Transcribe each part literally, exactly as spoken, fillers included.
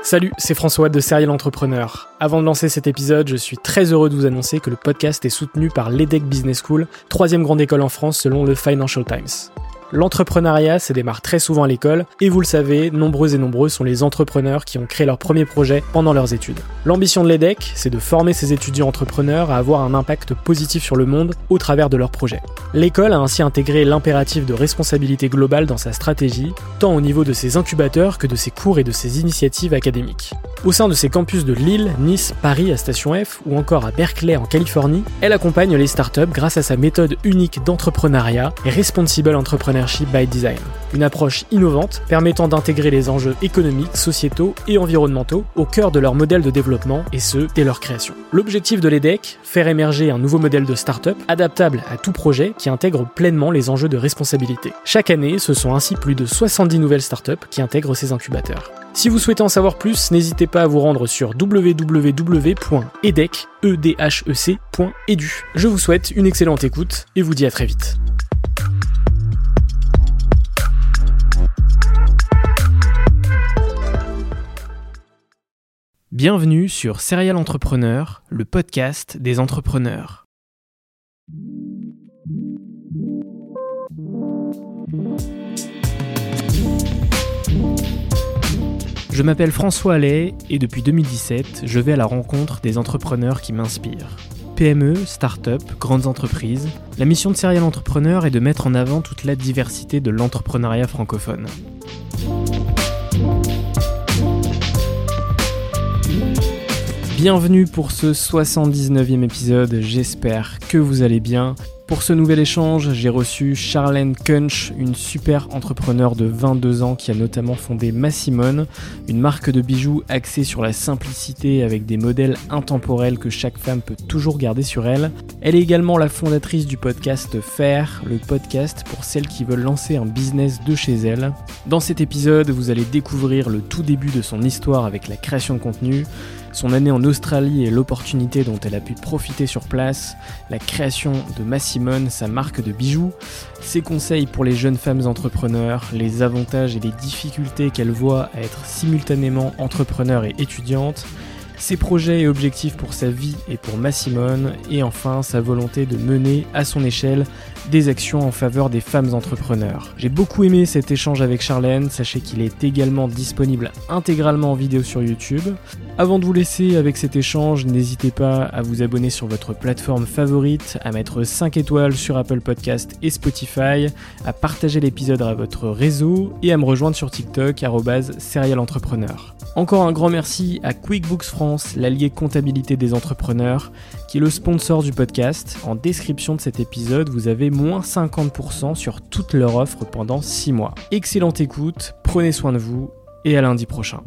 Salut, c'est François de Serial Entrepreneur. Avant de lancer cet épisode, je suis très heureux de vous annoncer que le podcast est soutenu par l'EDEC Business School, troisième grande école en France selon le Financial Times. L'entrepreneuriat, ça démarre très souvent à l'école, et vous le savez, nombreux et nombreux sont les entrepreneurs qui ont créé leur premier projet pendant leurs études. L'ambition de l'EDEC, c'est de former ces étudiants entrepreneurs à avoir un impact positif sur le monde au travers de leurs projets. L'école a ainsi intégré l'impératif de responsabilité globale dans sa stratégie, tant au niveau de ses incubateurs que de ses cours et de ses initiatives académiques. Au sein de ses campus de Lille, Nice, Paris à Station F ou encore à Berkeley en Californie, elle accompagne les startups grâce à sa méthode unique d'entrepreneuriat et Responsible Entrepreneurship by Design. Une approche innovante permettant d'intégrer les enjeux économiques, sociétaux et environnementaux au cœur de leur modèle de développement et ce, dès leur création. L'objectif de l'EDEC, faire émerger un nouveau modèle de start-up adaptable à tout projet qui intègre pleinement les enjeux de responsabilité. Chaque année, ce sont ainsi plus de soixante-dix nouvelles startups qui intègrent ces incubateurs. Si vous souhaitez en savoir plus, n'hésitez pas à vous rendre sur w w w point edec point e d u. Je vous souhaite une excellente écoute et vous dis à très vite. Bienvenue sur Serial Entrepreneur, le podcast des entrepreneurs. Je m'appelle François Allais et depuis deux mille dix-sept, je vais à la rencontre des entrepreneurs qui m'inspirent. P M E, start-up, grandes entreprises, la mission de Serial Entrepreneur est de mettre en avant toute la diversité de l'entrepreneuriat francophone. Bienvenue pour ce soixante-dix-neuvième épisode, j'espère que vous allez bien. Pour ce nouvel échange, j'ai reçu Charlène Kunch, une super entrepreneure de vingt-deux ans qui a notamment fondé Massimone, une marque de bijoux axée sur la simplicité avec des modèles intemporels que chaque femme peut toujours garder sur elle. Elle est également la fondatrice du podcast Faire, le podcast pour celles qui veulent lancer un business de chez elles. Dans cet épisode, vous allez découvrir le tout début de son histoire avec la création de contenu, son année en Australie et l'opportunité dont elle a pu profiter sur place, la création de Massimone, sa marque de bijoux, ses conseils pour les jeunes femmes entrepreneurs, les avantages et les difficultés qu'elle voit à être simultanément entrepreneur et étudiante, ses projets et objectifs pour sa vie et pour Massimone, et enfin sa volonté de mener à son échelle des actions en faveur des femmes entrepreneurs. J'ai beaucoup aimé cet échange avec Charlène, sachez qu'il est également disponible intégralement en vidéo sur YouTube. Avant de vous laisser avec cet échange, n'hésitez pas à vous abonner sur votre plateforme favorite, à mettre cinq étoiles sur Apple Podcast et Spotify, à partager l'épisode à votre réseau et à me rejoindre sur TikTok arobase serial entrepreneur. Encore un grand merci à QuickBooks France, l'allié comptabilité des entrepreneurs, qui est le sponsor du podcast. En description de cet épisode, vous avez moins cinquante pour cent sur toute leur offre pendant six mois. Excellente écoute, prenez soin de vous et à lundi prochain.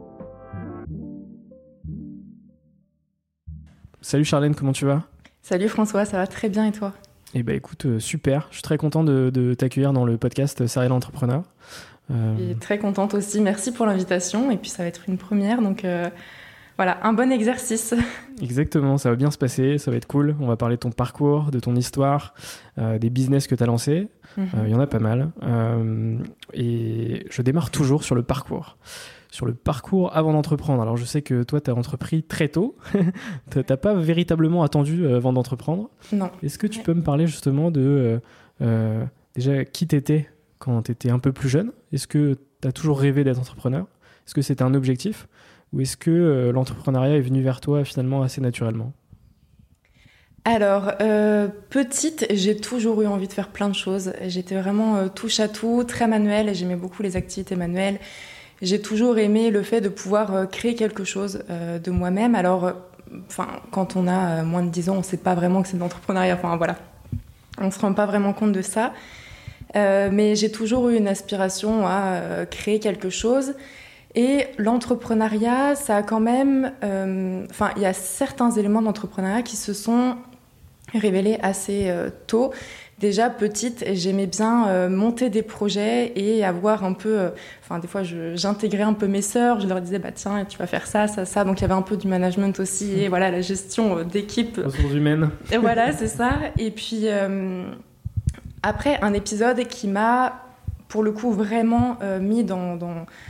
Salut Charlène, comment tu vas ? Salut François, ça va très bien et toi ? Eh ben écoute, euh, super, je suis très content de, de t'accueillir dans le podcast Serial Entrepreneur. Euh... Je suis très contente aussi, merci pour l'invitation et puis ça va être une première, donc euh, voilà, un bon exercice. Exactement, ça va bien se passer, ça va être cool, on va parler de ton parcours, de ton histoire, euh, des business que tu as lancés, il mm-hmm. euh, y en a pas mal, euh, et je démarre toujours sur le parcours. Sur le parcours avant d'entreprendre. Alors je sais que toi tu as entrepris très tôt, tu n'as pas véritablement attendu avant d'entreprendre. Non. Est-ce que tu peux me parler justement de euh, euh, déjà qui t'étais quand tu étais un peu plus jeune ? Est-ce que tu as toujours rêvé d'être entrepreneur ? Est-ce que c'était un objectif ? Ou est-ce que euh, l'entrepreneuriat est venu vers toi finalement assez naturellement ? Alors, euh, petite, j'ai toujours eu envie de faire plein de choses. J'étais vraiment euh, touche à tout, très manuelle, et j'aimais beaucoup les activités manuelles. J'ai toujours aimé le fait de pouvoir euh, créer quelque chose euh, de moi-même. Alors, euh, quand on a euh, moins de dix ans, on ne sait pas vraiment que c'est de l'entrepreneuriat. Enfin, voilà, on ne se rend pas vraiment compte de ça. Euh, mais j'ai toujours eu une aspiration à euh, créer quelque chose. Et l'entrepreneuriat, ça a quand même... Enfin, euh, il y a certains éléments d'entrepreneuriat qui se sont révélés assez euh, tôt. Déjà, petite, j'aimais bien euh, monter des projets et avoir un peu... Enfin, euh, des fois, je, j'intégrais un peu mes sœurs. Je leur disais, bah, tiens, tu vas faire ça, ça, ça. Donc, il y avait un peu du management aussi. Et voilà, la gestion euh, d'équipe. Ressources humaines. Et voilà, c'est ça. Et puis, euh, après, un épisode qui m'a, pour le coup, vraiment euh, mis dans... dans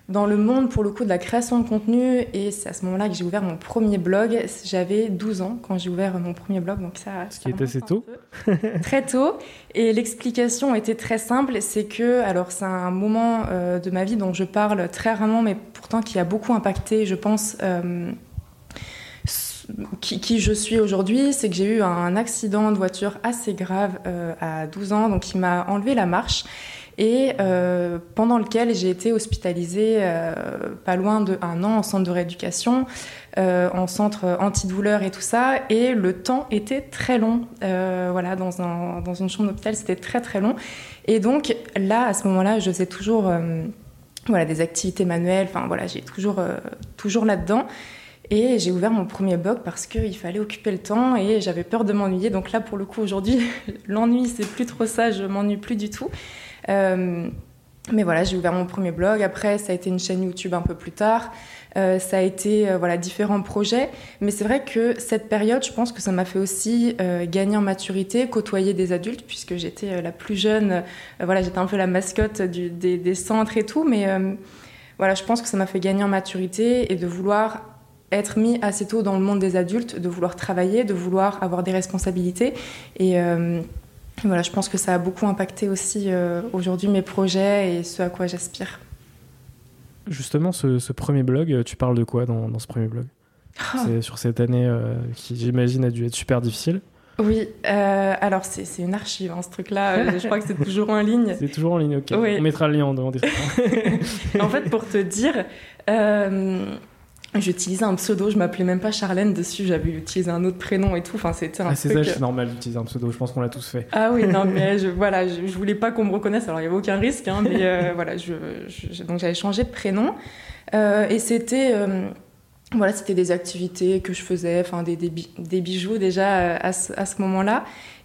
dans le monde, pour le coup, de la création de contenu. Et c'est à ce moment-là que j'ai ouvert mon premier blog. J'avais douze ans quand j'ai ouvert mon premier blog. Donc ça, Ce qui est assez tôt. Très tôt. Et l'explication était très simple. C'est que, alors c'est un moment euh, de ma vie dont je parle très rarement, mais pourtant qui a beaucoup impacté, je pense, euh, qui, qui je suis aujourd'hui. C'est que j'ai eu un accident de voiture assez grave euh, à douze ans, donc qui m'a enlevé la marche. Et euh, pendant lequel j'ai été hospitalisée euh, pas loin d'un an en centre de rééducation, euh, en centre antidouleur et tout ça. Et le temps était très long. Euh, voilà, dans, un, dans une chambre d'hôpital, c'était très très long. Et donc là, à ce moment-là, je faisais toujours euh, voilà, des activités manuelles. Enfin voilà, j'ai toujours, euh, toujours là-dedans. Et j'ai ouvert mon premier blog parce qu'il fallait occuper le temps et j'avais peur de m'ennuyer. Donc là, pour le coup, aujourd'hui, l'ennui, c'est plus trop ça, je m'ennuie plus du tout. Euh, mais voilà, j'ai ouvert mon premier blog. Après, ça a été une chaîne YouTube un peu plus tard. Euh, ça a été euh, voilà, différents projets. Mais c'est vrai que cette période, je pense que ça m'a fait aussi euh, gagner en maturité, côtoyer des adultes, puisque j'étais euh, la plus jeune. Euh, voilà, j'étais un peu la mascotte du, des, des centres et tout. Mais euh, voilà, je pense que ça m'a fait gagner en maturité et de vouloir être mis assez tôt dans le monde des adultes, de vouloir travailler, de vouloir avoir des responsabilités. Et euh, voilà, je pense que ça a beaucoup impacté aussi euh, aujourd'hui mes projets et ce à quoi j'aspire. Justement, ce, ce premier blog, tu parles de quoi dans, dans ce premier blog ? Oh. C'est sur cette année euh, qui, j'imagine, a dû être super difficile. Oui, euh, alors c'est, c'est une archive, hein, ce truc-là. Je crois que c'est toujours en ligne. C'est toujours en ligne, ok. Oui. On mettra le lien en description. En fait, pour te dire... Euh, J'utilisais un pseudo, je m'appelais même pas Charlène dessus, j'avais utilisé un autre prénom et tout. Enfin, c'était un ah, c'est truc... ça, c'est normal d'utiliser un pseudo, je pense qu'on l'a tous fait. Ah oui, non, mais je, voilà, je, je voulais pas qu'on me reconnaisse, alors il y avait aucun risque, hein, mais euh, voilà, je, je, donc j'avais changé de prénom. Euh, et c'était, euh, voilà, c'était des activités que je faisais, enfin des, des, des bijoux déjà à ce, à ce moment-là.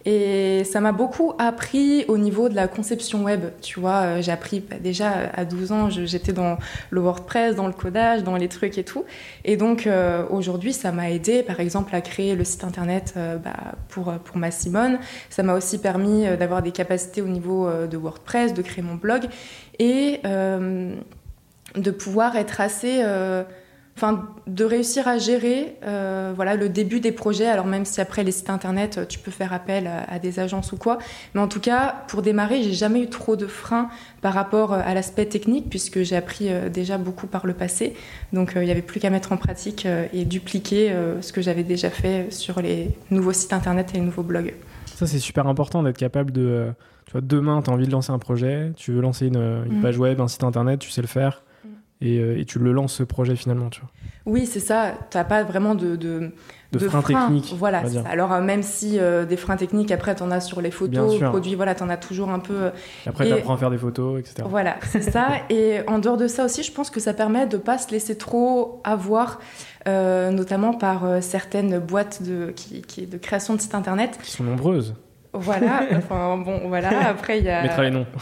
Et ça m'a beaucoup appris au niveau de la conception web, tu vois. J'ai appris bah, déjà à douze ans, je, j'étais dans le WordPress, dans le codage, dans les trucs et tout. Et donc euh, aujourd'hui, ça m'a aidé, par exemple, à créer le site internet euh, bah, pour, pour Massimone. Ça m'a aussi permis euh, d'avoir des capacités au niveau euh, de WordPress, de créer mon blog et euh, de pouvoir être assez... Euh, Enfin, de réussir à gérer euh, voilà, le début des projets. Alors même si après les sites internet, tu peux faire appel à, à des agences ou quoi. Mais en tout cas, pour démarrer, j'ai jamais eu trop de freins par rapport à l'aspect technique puisque j'ai appris euh, déjà beaucoup par le passé. Donc il euh, n'y avait plus qu'à mettre en pratique euh, et dupliquer euh, ce que j'avais déjà fait sur les nouveaux sites internet et les nouveaux blogs. Ça, c'est super important d'être capable de... Euh, tu vois, demain, tu as envie de lancer un projet, tu veux lancer une, une page web, un site internet, tu sais le faire. Et, euh, et tu le lances ce projet finalement, tu vois. Oui, c'est ça. T'as pas vraiment de de, de, de freins frein. techniques. Voilà. C'est ça. Alors euh, même si euh, des freins techniques, après t'en as sur les photos, produits, voilà, t'en as toujours un peu. Euh, et après, et... t'apprends à faire des photos, et cetera. Voilà, c'est ça. Et en dehors de ça aussi, je pense que ça permet de pas se laisser trop avoir, euh, notamment par euh, certaines boîtes de qui, qui de création de sites internet. Qui sont nombreuses. Voilà. Enfin bon, voilà. Après il y a. On mettra les noms.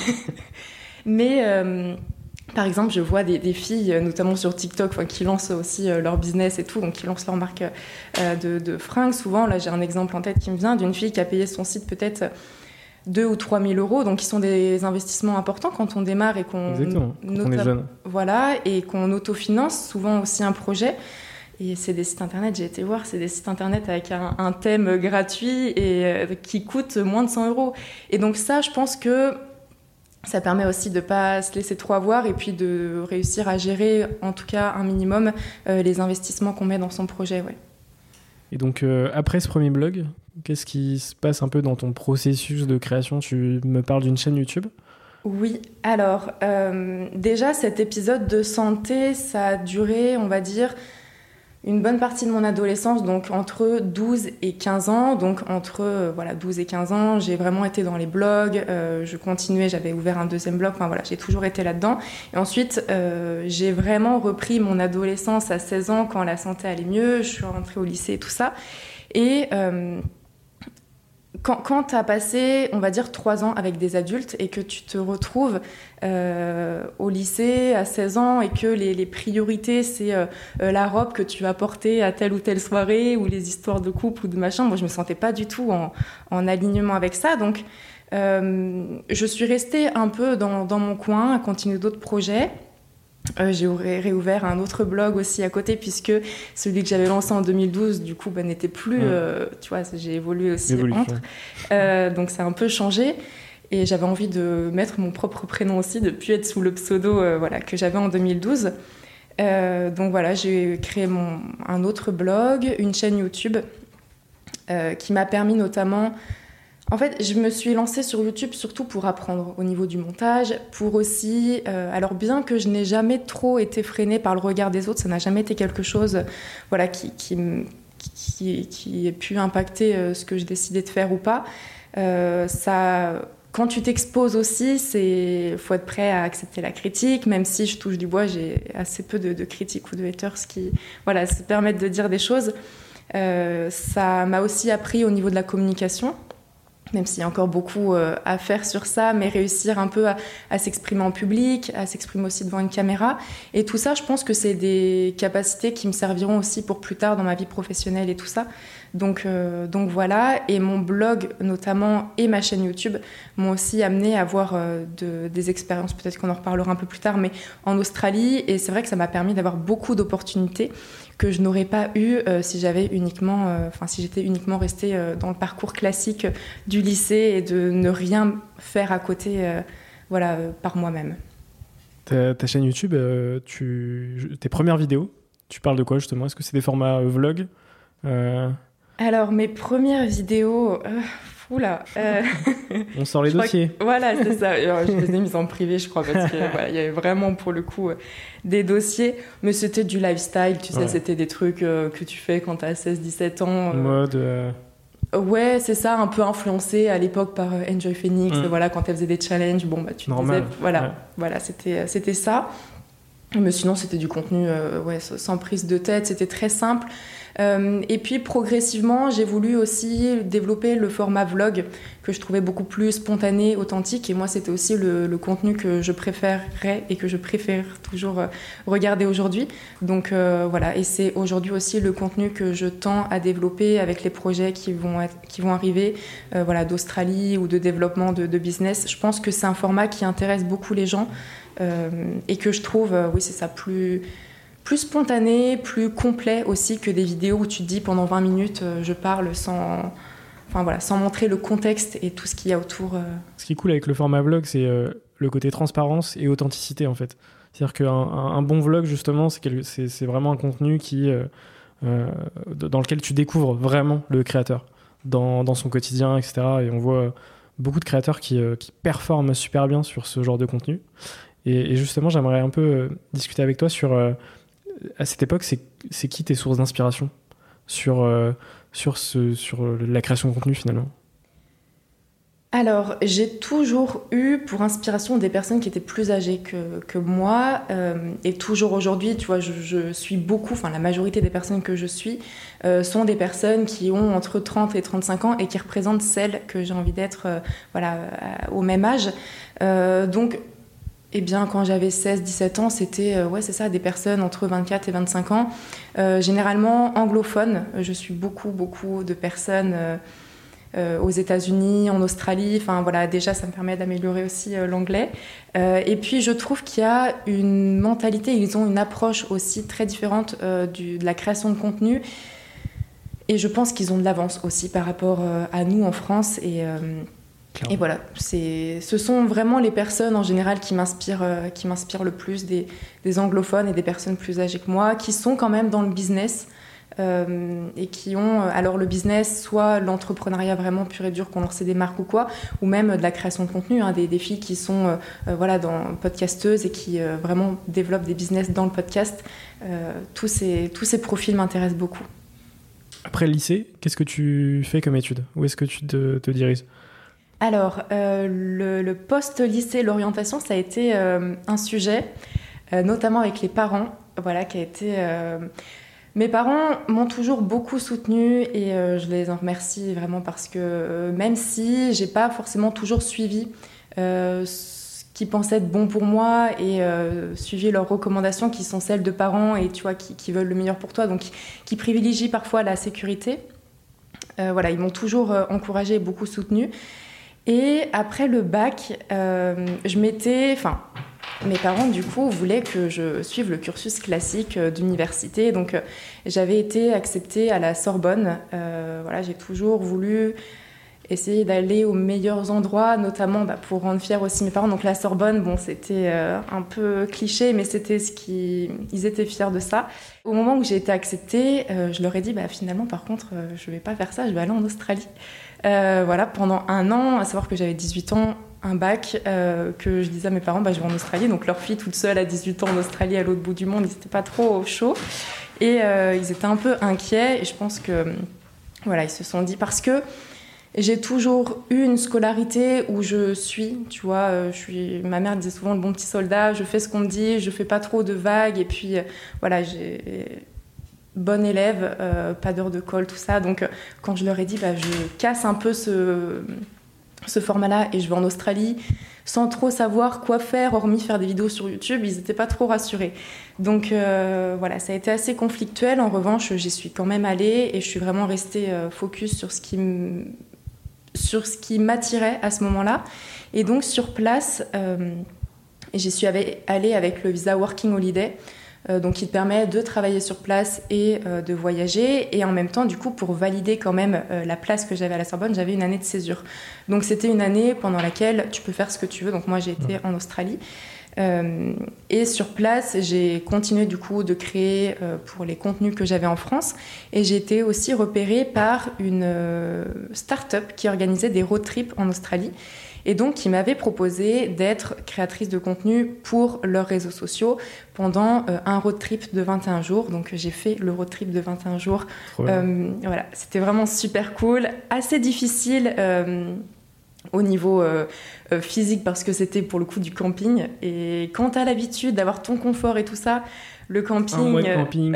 Mais euh, par exemple, je vois des, des filles, notamment sur TikTok, qui lancent aussi euh, leur business et tout, donc qui lancent leur marque euh, de, de fringues. Souvent, là, j'ai un exemple en tête qui me vient d'une fille qui a payé son site peut-être deux ou trois mille euros, donc qui sont des investissements importants quand on démarre et qu'on, Exactement, quand nota- on est jeune. Voilà, et qu'on autofinance souvent aussi un projet. Et c'est des sites internet, j'ai été voir, c'est des sites internet avec un, un thème gratuit et euh, qui coûte moins de cent euros. Et donc ça, je pense que ça permet aussi de ne pas se laisser trop avoir et puis de réussir à gérer, en tout cas un minimum, euh, les investissements qu'on met dans son projet. Ouais. Et donc, euh, après ce premier blog, qu'est-ce qui se passe un peu dans ton processus de création ? Tu me parles d'une chaîne YouTube ? Oui, alors, euh, déjà, cet épisode de santé, ça a duré, on va dire, une bonne partie de mon adolescence, donc entre douze et quinze ans. Donc entre euh, voilà, douze et quinze ans, j'ai vraiment été dans les blogs, euh, je continuais, j'avais ouvert un deuxième blog, enfin voilà, j'ai toujours été là-dedans. Et ensuite, euh, j'ai vraiment repris mon adolescence à seize ans quand la santé allait mieux, je suis rentrée au lycée et tout ça. Et euh, quand, quand tu as passé, on va dire, trois ans avec des adultes et que tu te retrouves euh, au lycée à seize ans et que les, les priorités, c'est euh, la robe que tu vas porter à telle ou telle soirée ou les histoires de couple ou de machin, moi, je me sentais pas du tout en, en alignement avec ça. Donc, euh, je suis restée un peu dans, dans mon coin à continuer d'autres projets. Euh, j'ai ré- réouvert un autre blog aussi à côté, puisque celui que j'avais lancé en deux mille douze, du coup, bah, n'était plus... Ouais. Euh, tu vois, j'ai évolué aussi Évolution. entre. Euh, donc, ça a un peu changé. Et j'avais envie de mettre mon propre prénom aussi, de ne plus être sous le pseudo euh, voilà, que j'avais en deux mille douze. Euh, donc voilà, j'ai créé mon, un autre blog, une chaîne YouTube, euh, qui m'a permis notamment... En fait, je me suis lancée sur YouTube surtout pour apprendre au niveau du montage, pour aussi... Euh, alors bien que je n'ai jamais trop été freinée par le regard des autres, ça n'a jamais été quelque chose voilà, qui, qui, qui, qui ait pu impacter euh, ce que je décidais de faire ou pas. Euh, ça... Quand tu t'exposes aussi, il faut être prêt à accepter la critique, même si je touche du bois, j'ai assez peu de, de critiques ou de haters qui voilà, se permettent de dire des choses. Euh, ça m'a aussi appris au niveau de la communication, même s'il y a encore beaucoup euh, à faire sur ça, mais réussir un peu à, à s'exprimer en public, à s'exprimer aussi devant une caméra. Et tout ça, je pense que c'est des capacités qui me serviront aussi pour plus tard dans ma vie professionnelle et tout ça. Donc, euh, donc voilà, et mon blog notamment et ma chaîne YouTube m'ont aussi amené à avoir euh, de, des expériences, peut-être qu'on en reparlera un peu plus tard, mais en Australie. Et c'est vrai que ça m'a permis d'avoir beaucoup d'opportunités que je n'aurais pas eu euh, si j'avais uniquement, enfin euh, si j'étais uniquement restée euh, dans le parcours classique du lycée et de ne rien faire à côté, euh, voilà, euh, par moi-même. Ta, ta chaîne YouTube, euh, tu, tes premières vidéos, tu parles de quoi justement? Est-ce que c'est des formats euh, vlog euh... Alors mes premières vidéos, euh, oula. Euh... On sort les dossiers. Que, voilà, c'est ça. Alors, je les ai mises en privé, je crois, parce qu'il voilà, y avait vraiment pour le coup euh, des dossiers. Mais c'était du lifestyle, tu sais, ouais. C'était des trucs euh, que tu fais quand t'as seize dix-sept ans. Euh... Mode. Euh... Ouais, c'est ça, un peu influencé à l'époque par euh, Enjoy Phoenix. Mmh. Voilà, quand elle faisait des challenges, bon, bah, tu Normal. disais. Voilà, ouais. voilà c'était, c'était ça. Mais sinon, c'était du contenu euh, ouais, sans prise de tête, c'était très simple. Euh, et puis, progressivement, j'ai voulu aussi développer le format vlog, que je trouvais beaucoup plus spontané, authentique. Et moi, c'était aussi le, le contenu que je préférerais et que je préfère toujours euh, regarder aujourd'hui. Donc euh, voilà, et c'est aujourd'hui aussi le contenu que je tends à développer avec les projets qui vont, être, qui vont arriver euh, voilà, d'Australie ou de développement de, de business. Je pense que c'est un format qui intéresse beaucoup les gens. Euh, et que je trouve, euh, oui, c'est ça, plus, plus spontané, plus complet aussi que des vidéos où tu te dis pendant vingt minutes, euh, je parle sans, enfin, voilà, sans montrer le contexte et tout ce qu'il y a autour. Euh... Ce qui est cool avec le format vlog, c'est euh, le côté transparence et authenticité, en fait. C'est-à-dire qu'un un, un bon vlog, justement, c'est, quelque, c'est, c'est vraiment un contenu qui, euh, euh, dans lequel tu découvres vraiment le créateur, dans, dans son quotidien, et cetera. Et on voit beaucoup de créateurs qui, euh, qui performent super bien sur ce genre de contenu. Et justement, j'aimerais un peu euh, discuter avec toi sur, euh, à cette époque, c'est, c'est qui tes sources d'inspiration sur, euh, sur, ce, sur la création de contenu finalement? Alors, j'ai toujours eu pour inspiration des personnes qui étaient plus âgées que, que moi. Euh, et toujours aujourd'hui, tu vois, je, je suis beaucoup, enfin la majorité des personnes que je suis euh, sont des personnes qui ont entre trente et trente-cinq ans et qui représentent celles que j'ai envie d'être euh, voilà, au même âge. Euh, donc, Eh bien, quand j'avais seize dix-sept ans, c'était euh, ouais, c'est ça, des personnes entre vingt-quatre et vingt-cinq ans, euh, généralement anglophones. Je suis beaucoup, beaucoup de personnes euh, euh, aux États-Unis, en Australie. Enfin, voilà, déjà, ça me permet d'améliorer aussi euh, l'anglais. Euh, et puis, je trouve qu'il y a une mentalité, ils ont une approche aussi très différente euh, du, de la création de contenu. Et je pense qu'ils ont de l'avance aussi par rapport euh, à nous en France. Et. Euh, Et voilà, c'est, ce sont vraiment les personnes en général qui m'inspirent, euh, qui m'inspirent le plus, des, des anglophones et des personnes plus âgées que moi, qui sont quand même dans le business euh, et qui ont alors le business, soit l'entrepreneuriat vraiment pur et dur, qu'on lance des marques ou quoi, ou même de la création de contenu, hein, des, des filles qui sont euh, voilà, dans, podcasteuses et qui euh, vraiment développent des business dans le podcast. Euh, tous, ces, tous ces profils m'intéressent beaucoup. Après le lycée, qu'est-ce que tu fais comme études? Où est-ce que tu te, te diriges? Alors, euh, le, le post-lycée, l'orientation, ça a été euh, un sujet, euh, notamment avec les parents, voilà, qui a été... Euh... Mes parents m'ont toujours beaucoup soutenue et euh, je les en remercie vraiment parce que euh, même si j'ai pas forcément toujours suivi euh, ce qu'ils pensaient être bon pour moi et euh, suivi leurs recommandations qui sont celles de parents et tu vois, qui, qui veulent le meilleur pour toi, donc qui, qui privilégient parfois la sécurité, euh, voilà, ils m'ont toujours euh, encouragée et beaucoup soutenue. Et après le bac, euh, je m'étais... Enfin, mes parents, du coup, voulaient que je suive le cursus classique d'université. Donc, euh, j'avais été acceptée à la Sorbonne. Euh, voilà, j'ai toujours voulu essayer d'aller aux meilleurs endroits, notamment bah, pour rendre fiers aussi mes parents. Donc, la Sorbonne, bon, c'était euh, un peu cliché, mais c'était ce qui... Ils étaient fiers de ça. Au moment où j'ai été acceptée, euh, je leur ai dit, bah, finalement, par contre, euh, je ne vais pas faire ça, je vais aller en Australie. Euh, voilà, pendant un an, à savoir que j'avais dix-huit ans, un bac, euh, que je disais à mes parents, bah, je vais en Australie. Donc leur fille toute seule à dix-huit ans en Australie, à l'autre bout du monde, ils n'étaient pas trop chauds. Et euh, ils étaient un peu inquiets. Et je pense que, voilà, ils se sont dit, parce que j'ai toujours eu une scolarité où je suis, tu vois, euh, je suis, ma mère disait souvent le bon petit soldat, je fais ce qu'on me dit, je fais pas trop de vagues. Et puis, euh, voilà, j'ai... bonne élève, euh, pas d'heures de colle, tout ça. Donc, euh, quand je leur ai dit, bah, je casse un peu ce, ce format-là et je vais en Australie, sans trop savoir quoi faire, hormis faire des vidéos sur YouTube, ils n'étaient pas trop rassurés. Donc, euh, voilà, ça a été assez conflictuel. En revanche, j'y suis quand même allée et je suis vraiment restée euh, focus sur ce qui m... sur ce qui m'attirait à ce moment-là. Et donc, sur place, euh, j'y suis allée avec le visa Working Holiday. Euh, donc, qui te permet de travailler sur place et euh, de voyager. Et en même temps, du coup, pour valider quand même euh, la place que j'avais à la Sorbonne, j'avais une année de césure. Donc, c'était une année pendant laquelle tu peux faire ce que tu veux. Donc, moi, j'ai été en Australie. Euh, et sur place, j'ai continué, du coup, de créer euh, pour les contenus que j'avais en France. Et j'ai été aussi repérée par une euh, start-up qui organisait des road trips en Australie. Et donc, qui m'avait proposé d'être créatrice de contenu pour leurs réseaux sociaux pendant euh, un road trip de vingt et un jours. Donc, j'ai fait le road trip de vingt et un jours. Euh, voilà, c'était vraiment super cool, assez difficile euh, au niveau euh, euh, physique parce que c'était pour le coup du camping. Et quand tu as l'habitude d'avoir ton confort et tout ça, le camping... Un mois de camping.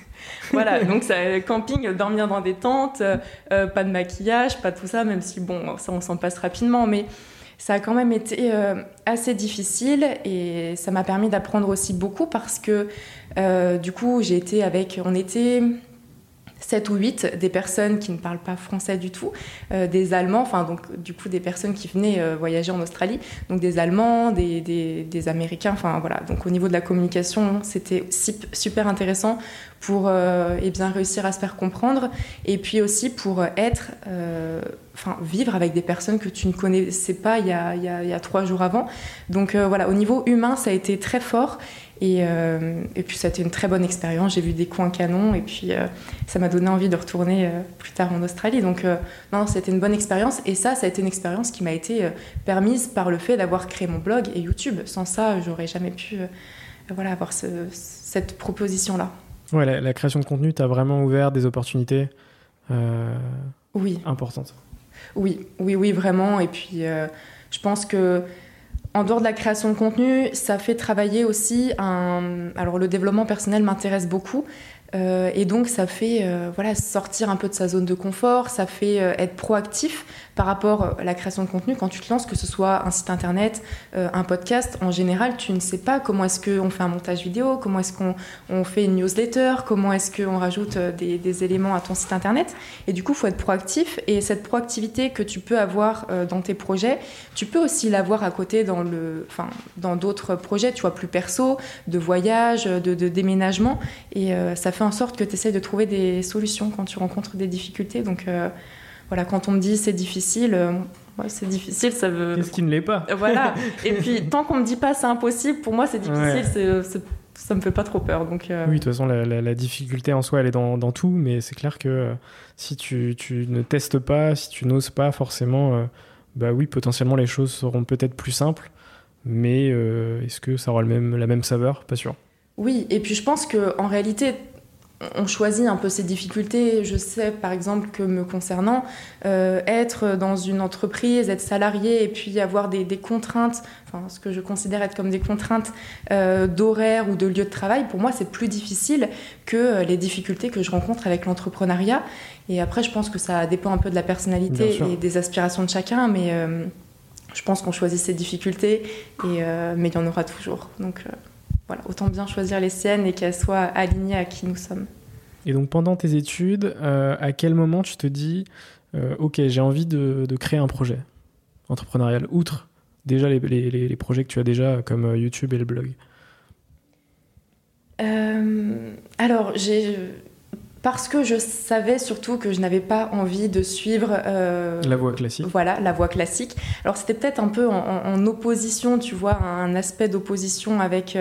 Voilà, donc ça, camping, dormir dans des tentes, euh, pas de maquillage, pas tout ça, même si bon, ça on s'en passe rapidement, mais ça a quand même été euh, assez difficile et ça m'a permis d'apprendre aussi beaucoup parce que euh, du coup j'ai été avec, on était sept ou huit, des personnes qui ne parlent pas français du tout, euh, des Allemands, enfin donc du coup des personnes qui venaient euh, voyager en Australie, donc des Allemands, des, des, des Américains, enfin voilà, donc au niveau de la communication c'était super intéressant pour euh, eh bien réussir à se faire comprendre et puis aussi pour être, euh, enfin vivre avec des personnes que tu ne connaissais pas il y a, il y a, il y a trois jours avant, donc euh, voilà, au niveau humain ça a été très fort. Et, euh, et puis ça a été une très bonne expérience, j'ai vu des coins canons et puis euh, ça m'a donné envie de retourner euh, plus tard en Australie. Donc euh, non, c'était une bonne expérience et ça, ça a été une expérience qui m'a été euh, permise par le fait d'avoir créé mon blog et YouTube. Sans ça, j'aurais jamais pu euh, voilà, avoir ce, cette proposition-là. Ouais, la, la création de contenu t'a vraiment ouvert des opportunités euh, oui. importantes. Oui, oui, oui, vraiment. Et puis euh, je pense que en dehors de la création de contenu, ça fait travailler aussi un... Alors, le développement personnel m'intéresse beaucoup. Euh, et donc, ça fait euh, voilà, sortir un peu de sa zone de confort. Ça fait euh, être proactif par rapport à la création de contenu. Quand tu te lances, que ce soit un site internet, euh, un podcast, en général, tu ne sais pas comment est-ce qu'on fait un montage vidéo, comment est-ce qu'on on fait une newsletter, comment est-ce qu'on rajoute des, des éléments à ton site internet. Et du coup, il faut être proactif. Et cette proactivité que tu peux avoir euh, dans tes projets, tu peux aussi l'avoir à côté dans, le, enfin, dans d'autres projets, tu vois, plus perso, de voyage, de, de déménagement. Et euh, ça fait en sorte que tu essaies de trouver des solutions quand tu rencontres des difficultés. Donc euh, voilà, quand on me dit c'est difficile, euh, ouais, c'est difficile, ça veut... Qu'est-ce qui ne l'est pas ? Voilà. Et puis tant qu'on me dit pas c'est impossible, pour moi c'est difficile, ouais. c'est, c'est, ça me fait pas trop peur. Donc, euh... Oui, de toute façon, la, la, la difficulté en soi, elle est dans, dans tout, mais c'est clair que euh, si tu, tu ne testes pas, si tu n'oses pas forcément, euh, bah oui, potentiellement les choses seront peut-être plus simples, mais euh, est-ce que ça aura le même, la même saveur ? Pas sûr. Oui, et puis je pense qu'en réalité, on choisit un peu ses difficultés. Je sais, par exemple, que me concernant, euh, être dans une entreprise, être salarié et puis avoir des, des contraintes, enfin, ce que je considère être comme des contraintes euh, d'horaire ou de lieu de travail, pour moi, c'est plus difficile que les difficultés que je rencontre avec l'entrepreneuriat. Et après, je pense que ça dépend un peu de la personnalité et des aspirations de chacun, mais euh, je pense qu'on choisit ses difficultés, et, euh, mais il y en aura toujours. Donc... Euh, Voilà, autant bien choisir les siennes et qu'elles soient alignées à qui nous sommes. Et donc pendant tes études, euh, à quel moment tu te dis euh, ok, j'ai envie de, de créer un projet entrepreneurial, outre déjà les, les, les projets que tu as déjà, comme YouTube et le blog? euh, Alors, j'ai... Parce que je savais surtout que je n'avais pas envie de suivre... Euh, la voie classique. Voilà, la voie classique. Alors c'était peut-être un peu en, en, en opposition, tu vois, un aspect d'opposition avec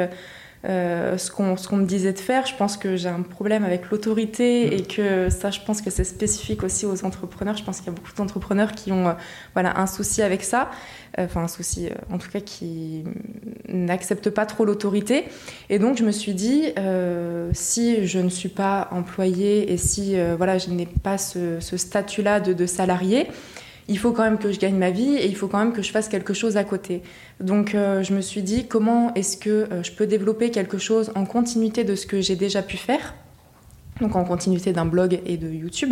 euh, ce, qu'on, ce qu'on me disait de faire. Je pense que j'ai un problème avec l'autorité mmh. et que ça, je pense que c'est spécifique aussi aux entrepreneurs. Je pense qu'il y a beaucoup d'entrepreneurs qui ont euh, voilà, un souci avec ça. Enfin, un souci, euh, en tout cas, qui n'acceptent pas trop l'autorité. Et donc, je me suis dit, euh, si je ne suis pas employée et si euh, voilà, je n'ai pas ce, ce statut-là de, de salarié, il faut quand même que je gagne ma vie et il faut quand même que je fasse quelque chose à côté. Donc, euh, je me suis dit, comment est-ce que euh, je peux développer quelque chose en continuité de ce que j'ai déjà pu faire ? Donc en continuité d'un blog et de YouTube,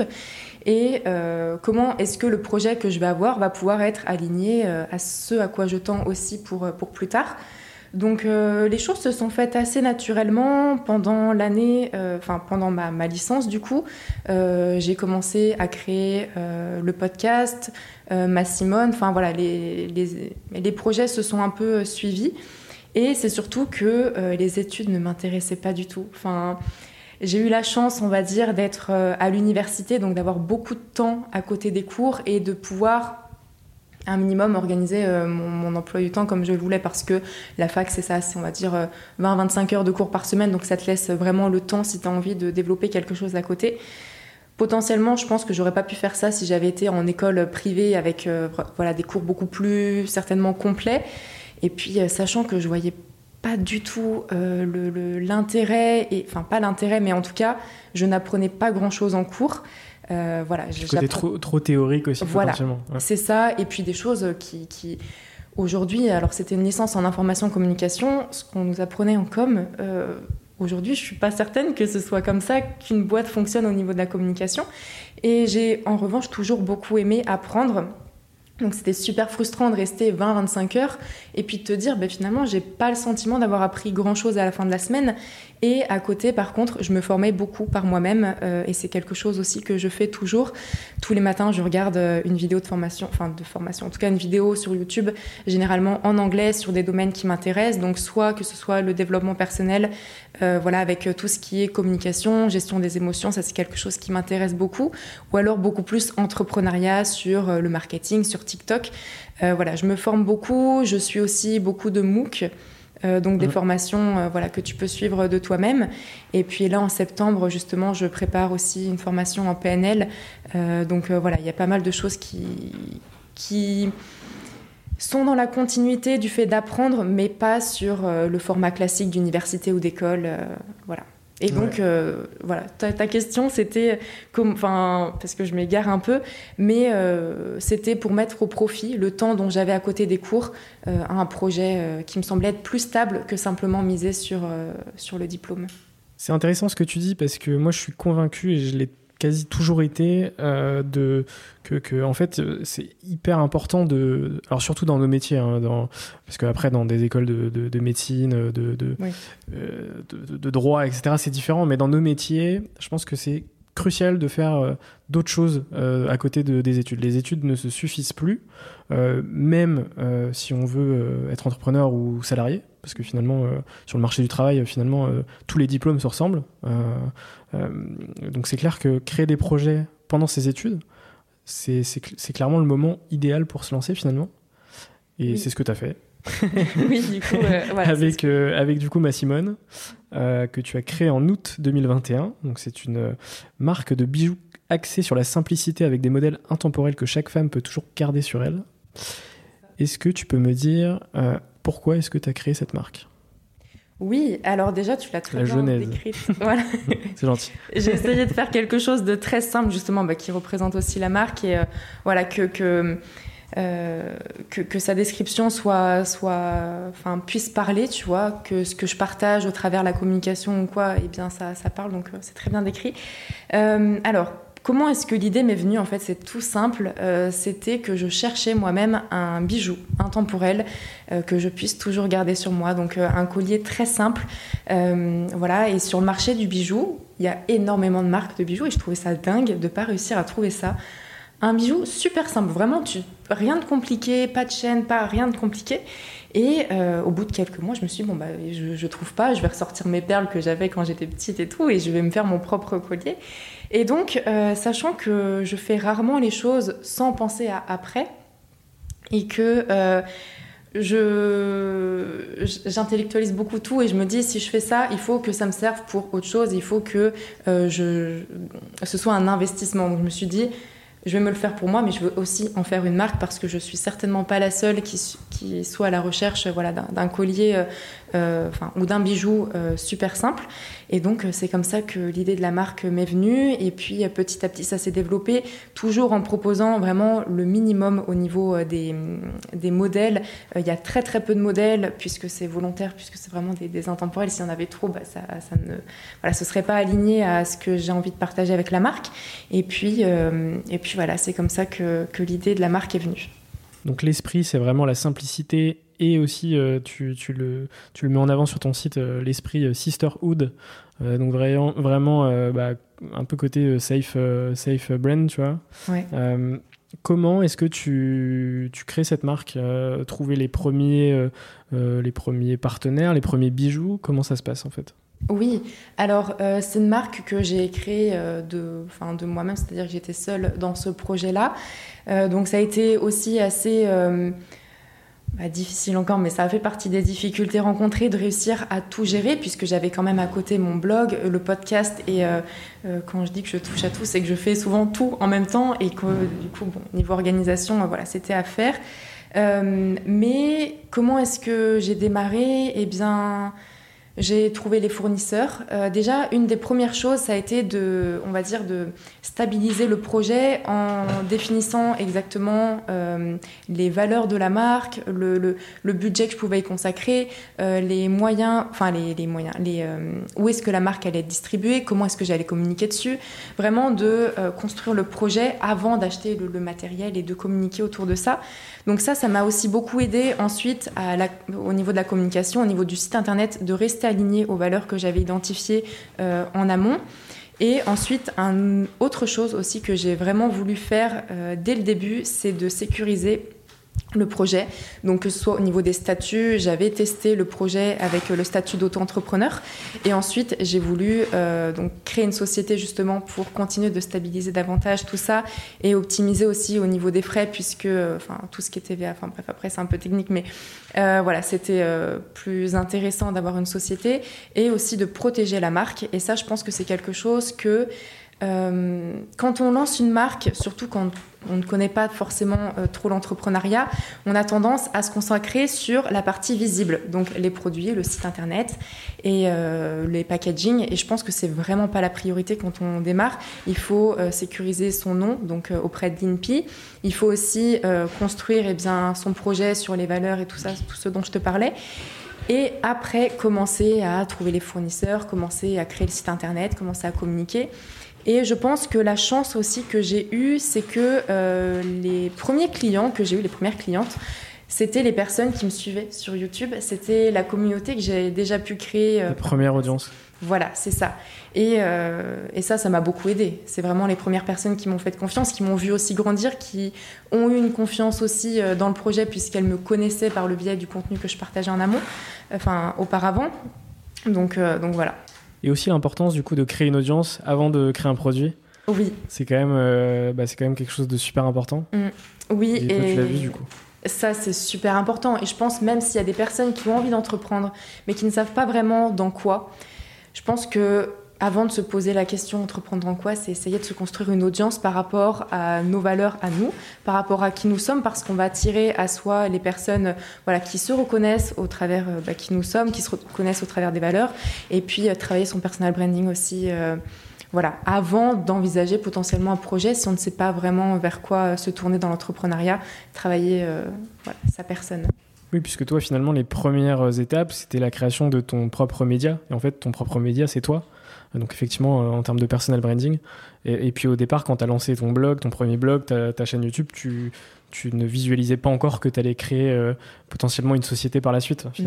et euh, comment est-ce que le projet que je vais avoir va pouvoir être aligné euh, à ce à quoi je tends aussi pour, pour plus tard. Donc euh, les choses se sont faites assez naturellement pendant l'année, enfin euh, pendant ma, ma licence du coup. Euh, j'ai commencé à créer euh, le podcast, euh, Massimone, enfin voilà, les, les, les projets se sont un peu suivis, et c'est surtout que euh, les études ne m'intéressaient pas du tout. Enfin... J'ai eu la chance, on va dire, d'être à l'université, donc d'avoir beaucoup de temps à côté des cours et de pouvoir un minimum organiser mon, mon emploi du temps comme je le voulais, parce que la fac, c'est ça, c'est on va dire vingt à vingt-cinq heures de cours par semaine, donc ça te laisse vraiment le temps si tu as envie de développer quelque chose à côté. Potentiellement, je pense que j'aurais pas pu faire ça si j'avais été en école privée avec euh, voilà, des cours beaucoup plus certainement complets. Et puis, sachant que je voyais pas du tout euh, le, le, l'intérêt, et, enfin pas l'intérêt, mais en tout cas, je n'apprenais pas grand-chose en cours. Euh, voilà, côté trop, trop théorique aussi, voilà, potentiellement. Ouais. C'est ça, et puis des choses qui, qui aujourd'hui, alors c'était une licence en information communication, ce qu'on nous apprenait en com, euh, aujourd'hui, je suis pas certaine que ce soit comme ça qu'une boîte fonctionne au niveau de la communication. Et j'ai en revanche toujours beaucoup aimé apprendre. Donc c'était super frustrant de rester vingt à vingt-cinq heures et puis de te dire bah, finalement j'ai pas le sentiment d'avoir appris grand chose à la fin de la semaine. Et à côté par contre je me formais beaucoup par moi-même euh, et c'est quelque chose aussi que je fais toujours. Tous les matins je regarde une vidéo de formation, enfin de formation, en tout cas une vidéo sur YouTube, généralement en anglais sur des domaines qui m'intéressent, donc soit que ce soit le développement personnel, euh, voilà, avec tout ce qui est communication, gestion des émotions, ça c'est quelque chose qui m'intéresse beaucoup, ou alors beaucoup plus entrepreneuriat sur le marketing, sur TikTok. Euh, voilà, je me forme beaucoup, je suis aussi beaucoup de MOOC, euh, donc des mmh. formations euh, voilà, que tu peux suivre de toi-même. Et puis là, en septembre, justement, je prépare aussi une formation en P N L. Euh, donc euh, voilà, il y a pas mal de choses qui, qui sont dans la continuité du fait d'apprendre, mais pas sur euh, le format classique d'université ou d'école. Euh, voilà. Et donc, ouais. euh, voilà, ta, ta question, c'était, comme, enfin, parce que je m'égare un peu, mais euh, c'était pour mettre au profit le temps dont j'avais à côté des cours euh, à un projet euh, qui me semblait être plus stable que simplement miser sur, euh, sur le diplôme. C'est intéressant ce que tu dis, parce que moi, je suis convaincue, et je l'ai quasi toujours été, euh, de, que, que, en fait, c'est hyper important de... Alors, surtout dans nos métiers, hein, dans, parce qu'après, dans des écoles de, de, de médecine, de, de, oui. euh, de, de droit, et cetera, c'est différent. Mais dans nos métiers, je pense que c'est crucial de faire euh, d'autres choses euh, à côté de, des études. Les études ne se suffisent plus, euh, même euh, si on veut euh, être entrepreneur ou salarié, parce que finalement, euh, sur le marché du travail, finalement, euh, tous les diplômes se ressemblent. Euh, euh, donc c'est clair que créer des projets pendant ses études, c'est, c'est, c'est clairement le moment idéal pour se lancer finalement. Et oui. C'est ce que tu as fait. Oui, du coup, euh, voilà, avec, euh, avec du coup Massimone, euh, que tu as créé en août deux mille vingt et un. Donc c'est une euh, marque de bijoux axée sur la simplicité avec des modèles intemporels que chaque femme peut toujours garder sur elle. Est-ce que tu peux me dire euh, pourquoi est-ce que tu as créé cette marque ? Oui, alors déjà, tu l'as très la bien genèse. décrite. Voilà. C'est gentil. J'ai essayé de faire quelque chose de très simple, justement, bah, qui représente aussi la marque et euh, voilà, que, que, euh, que, que sa description soit, soit, enfin, puisse parler, tu vois, que ce que je partage au travers de la communication ou quoi, eh bien, ça, ça parle, donc euh, c'est très bien décrit. Euh, alors, comment est-ce que l'idée m'est venue ? En fait, c'est tout simple. Euh, c'était que je cherchais moi-même un bijou intemporel euh, que je puisse toujours garder sur moi. Donc, euh, un collier très simple. Euh, voilà. Et sur le marché du bijou, il y a énormément de marques de bijoux et je trouvais ça dingue de ne pas réussir à trouver ça. Un bijou super simple. Vraiment, tu rien de compliqué, pas de chaîne, pas rien de compliqué. Et euh, au bout de quelques mois, je me suis dit, bon, bah, je, je trouve pas, je vais ressortir mes perles que j'avais quand j'étais petite et tout, et je vais me faire mon propre collier. Et donc, euh, sachant que je fais rarement les choses sans penser à après, et que euh, je, j'intellectualise beaucoup tout, et je me dis, si je fais ça, il faut que ça me serve pour autre chose, il faut que euh, je, ce soit un investissement. Donc je me suis dit, je vais me le faire pour moi, mais je veux aussi en faire une marque parce que je suis certainement pas la seule qui, qui soit à la recherche voilà, d'un, d'un collier euh, enfin, ou d'un bijou euh, super simple. Et donc, c'est comme ça que l'idée de la marque m'est venue. Et puis, petit à petit, ça s'est développé, toujours en proposant vraiment le minimum au niveau des, des modèles. Il y a très, très peu de modèles, puisque c'est volontaire, puisque c'est vraiment des, des intemporels. S'il y en avait trop, bah, ça, ça ne voilà, ce serait pas aligné à ce que j'ai envie de partager avec la marque. Et puis, euh, et puis voilà, c'est comme ça que, que l'idée de la marque est venue. Donc l'esprit, c'est vraiment la simplicité et aussi euh, tu, tu, le, tu le mets en avant sur ton site, euh, l'esprit euh, sisterhood. Euh, donc vraiment, vraiment euh, bah, un peu côté euh, safe, euh, safe brand, tu vois. Ouais. Euh, comment est-ce que tu, tu crées cette marque, euh, trouver les premiers, euh, euh, les premiers partenaires, les premiers bijoux, comment ça se passe en fait ? Oui, alors euh, c'est une marque que j'ai créée euh, de, enfin, de moi-même, c'est-à-dire que j'étais seule dans ce projet-là. Euh, donc ça a été aussi assez euh, bah, difficile encore, mais ça a fait partie des difficultés rencontrées de réussir à tout gérer, puisque j'avais quand même à côté mon blog, le podcast, et euh, euh, quand je dis que je touche à tout, c'est que je fais souvent tout en même temps, et que du coup, bon, niveau organisation, euh, voilà, c'était à faire. Euh, mais comment est-ce que j'ai démarré ? Eh bien... J'ai trouvé les fournisseurs. Euh, déjà, une des premières choses, ça a été de, on va dire, de stabiliser le projet en définissant exactement euh, les valeurs de la marque, le, le, le budget que je pouvais y consacrer, euh, les moyens, enfin les, les moyens, les, euh, où est-ce que la marque allait être distribuée, comment est-ce que j'allais communiquer dessus. Vraiment de euh, construire le projet avant d'acheter le, le matériel et de communiquer autour de ça. Donc ça, ça m'a aussi beaucoup aidé ensuite à la, au niveau de la communication, au niveau du site internet, de rester aligné aux valeurs que j'avais identifiées euh, en amont. Et ensuite, un, autre chose aussi que j'ai vraiment voulu faire euh, dès le début, c'est de sécuriser le projet. Donc que ce soit au niveau des statuts, j'avais testé le projet avec le statut d'auto-entrepreneur et ensuite j'ai voulu euh, donc créer une société justement pour continuer de stabiliser davantage tout ça et optimiser aussi au niveau des frais puisque enfin tout ce qui est T V A, enfin bref après c'est un peu technique mais euh, voilà c'était euh, plus intéressant d'avoir une société et aussi de protéger la marque et ça je pense que c'est quelque chose que Euh, quand on lance une marque, surtout quand on ne connaît pas forcément euh, trop l'entrepreneuriat, on a tendance à se concentrer sur la partie visible, donc les produits, le site internet et euh, les packaging. Et je pense que c'est vraiment pas la priorité quand on démarre. Il faut euh, sécuriser son nom, donc euh, auprès de l'I N P I. Il faut aussi euh, construire eh bien, son projet sur les valeurs et tout ça, tout ce dont je te parlais. Et après, commencer à trouver les fournisseurs, commencer à créer le site internet, commencer à communiquer. Et je pense que la chance aussi que j'ai eue, c'est que euh, les premiers clients que j'ai eu, les premières clientes, c'était les personnes qui me suivaient sur YouTube. C'était la communauté que j'ai déjà pu créer. Euh, la première audience. Voilà, c'est ça. Et, euh, et ça, ça m'a beaucoup aidée. C'est vraiment les premières personnes qui m'ont fait confiance, qui m'ont vu aussi grandir, qui ont eu une confiance aussi dans le projet puisqu'elles me connaissaient par le biais du contenu que je partageais en amont, enfin auparavant. Donc, euh, donc voilà. Et aussi l'importance du coup de créer une audience avant de créer un produit. Oui. C'est quand même, euh, bah, c'est quand même quelque chose de super important. Mmh. Oui. Et, et toi, tu l'as vu du coup. Ça, c'est super important. Et je pense même s'il y a des personnes qui ont envie d'entreprendre, mais qui ne savent pas vraiment dans quoi, je pense que avant de se poser la question entreprendre en quoi, c'est essayer de se construire une audience par rapport à nos valeurs à nous, par rapport à qui nous sommes, parce qu'on va attirer à soi les personnes voilà, qui se reconnaissent au travers bah, qui nous sommes, qui se reconnaissent au travers des valeurs, et puis euh, travailler son personal branding aussi, euh, voilà, avant d'envisager potentiellement un projet, si on ne sait pas vraiment vers quoi se tourner dans l'entrepreneuriat, travailler euh, voilà, sa personne. Oui, puisque toi, finalement, les premières étapes, c'était la création de ton propre média. Et en fait, ton propre média, c'est toi. Donc effectivement, euh, en termes de personal branding. Et, et puis au départ, quand tu as lancé ton blog, ton premier blog, ta, ta chaîne YouTube, tu, tu ne visualisais pas encore que tu allais créer euh, potentiellement une société par la suite, finalement.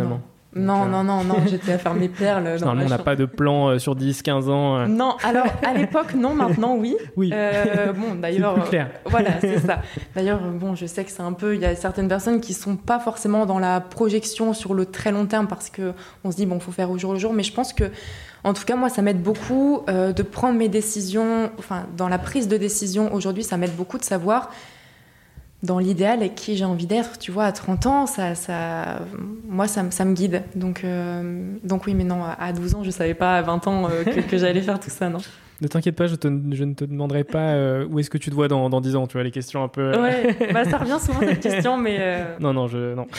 Non, euh... non, non, non, j'étais à faire mes perles. Normalement, on n'a pas de plan euh, sur dix, quinze ans. Euh... Non, alors à l'époque, non, maintenant, oui. Oui. Euh, bon, d'ailleurs. C'est plus clair. Euh, voilà, c'est ça. D'ailleurs, bon, je sais que c'est un peu. Il y a certaines personnes qui ne sont pas forcément dans la projection sur le très long terme parce qu'on se dit, bon, il faut faire au jour le jour. Mais je pense que, en tout cas, moi, ça m'aide beaucoup euh, de prendre mes décisions. Enfin, dans la prise de décision aujourd'hui, ça m'aide beaucoup de savoir. Dans l'idéal, avec qui j'ai envie d'être, tu vois, à trente ans, ça, ça, moi, ça, ça me guide. Donc, euh, donc oui, mais non, à douze ans, je ne savais pas, à vingt ans, euh, que, que j'allais faire tout ça, non. Ne t'inquiète pas, je, te, je ne te demanderai pas euh, où est-ce que tu te vois dans, dans dix ans, tu vois, les questions un peu... Ouais, bah, ça revient souvent, cette question, mais... Euh... Non, non, je... Non.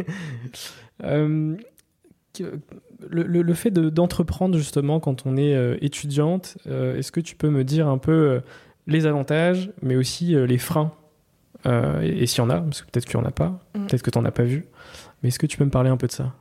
euh, le, le, le fait de, d'entreprendre, justement, quand on est euh, étudiante, euh, est-ce que tu peux me dire un peu euh, les avantages, mais aussi euh, les freins Euh, et, et s'il y en a, parce que peut-être qu'il n'y en a pas, mmh. peut-être que tu n'en as pas vu, mais est-ce que tu peux me parler un peu de ça ?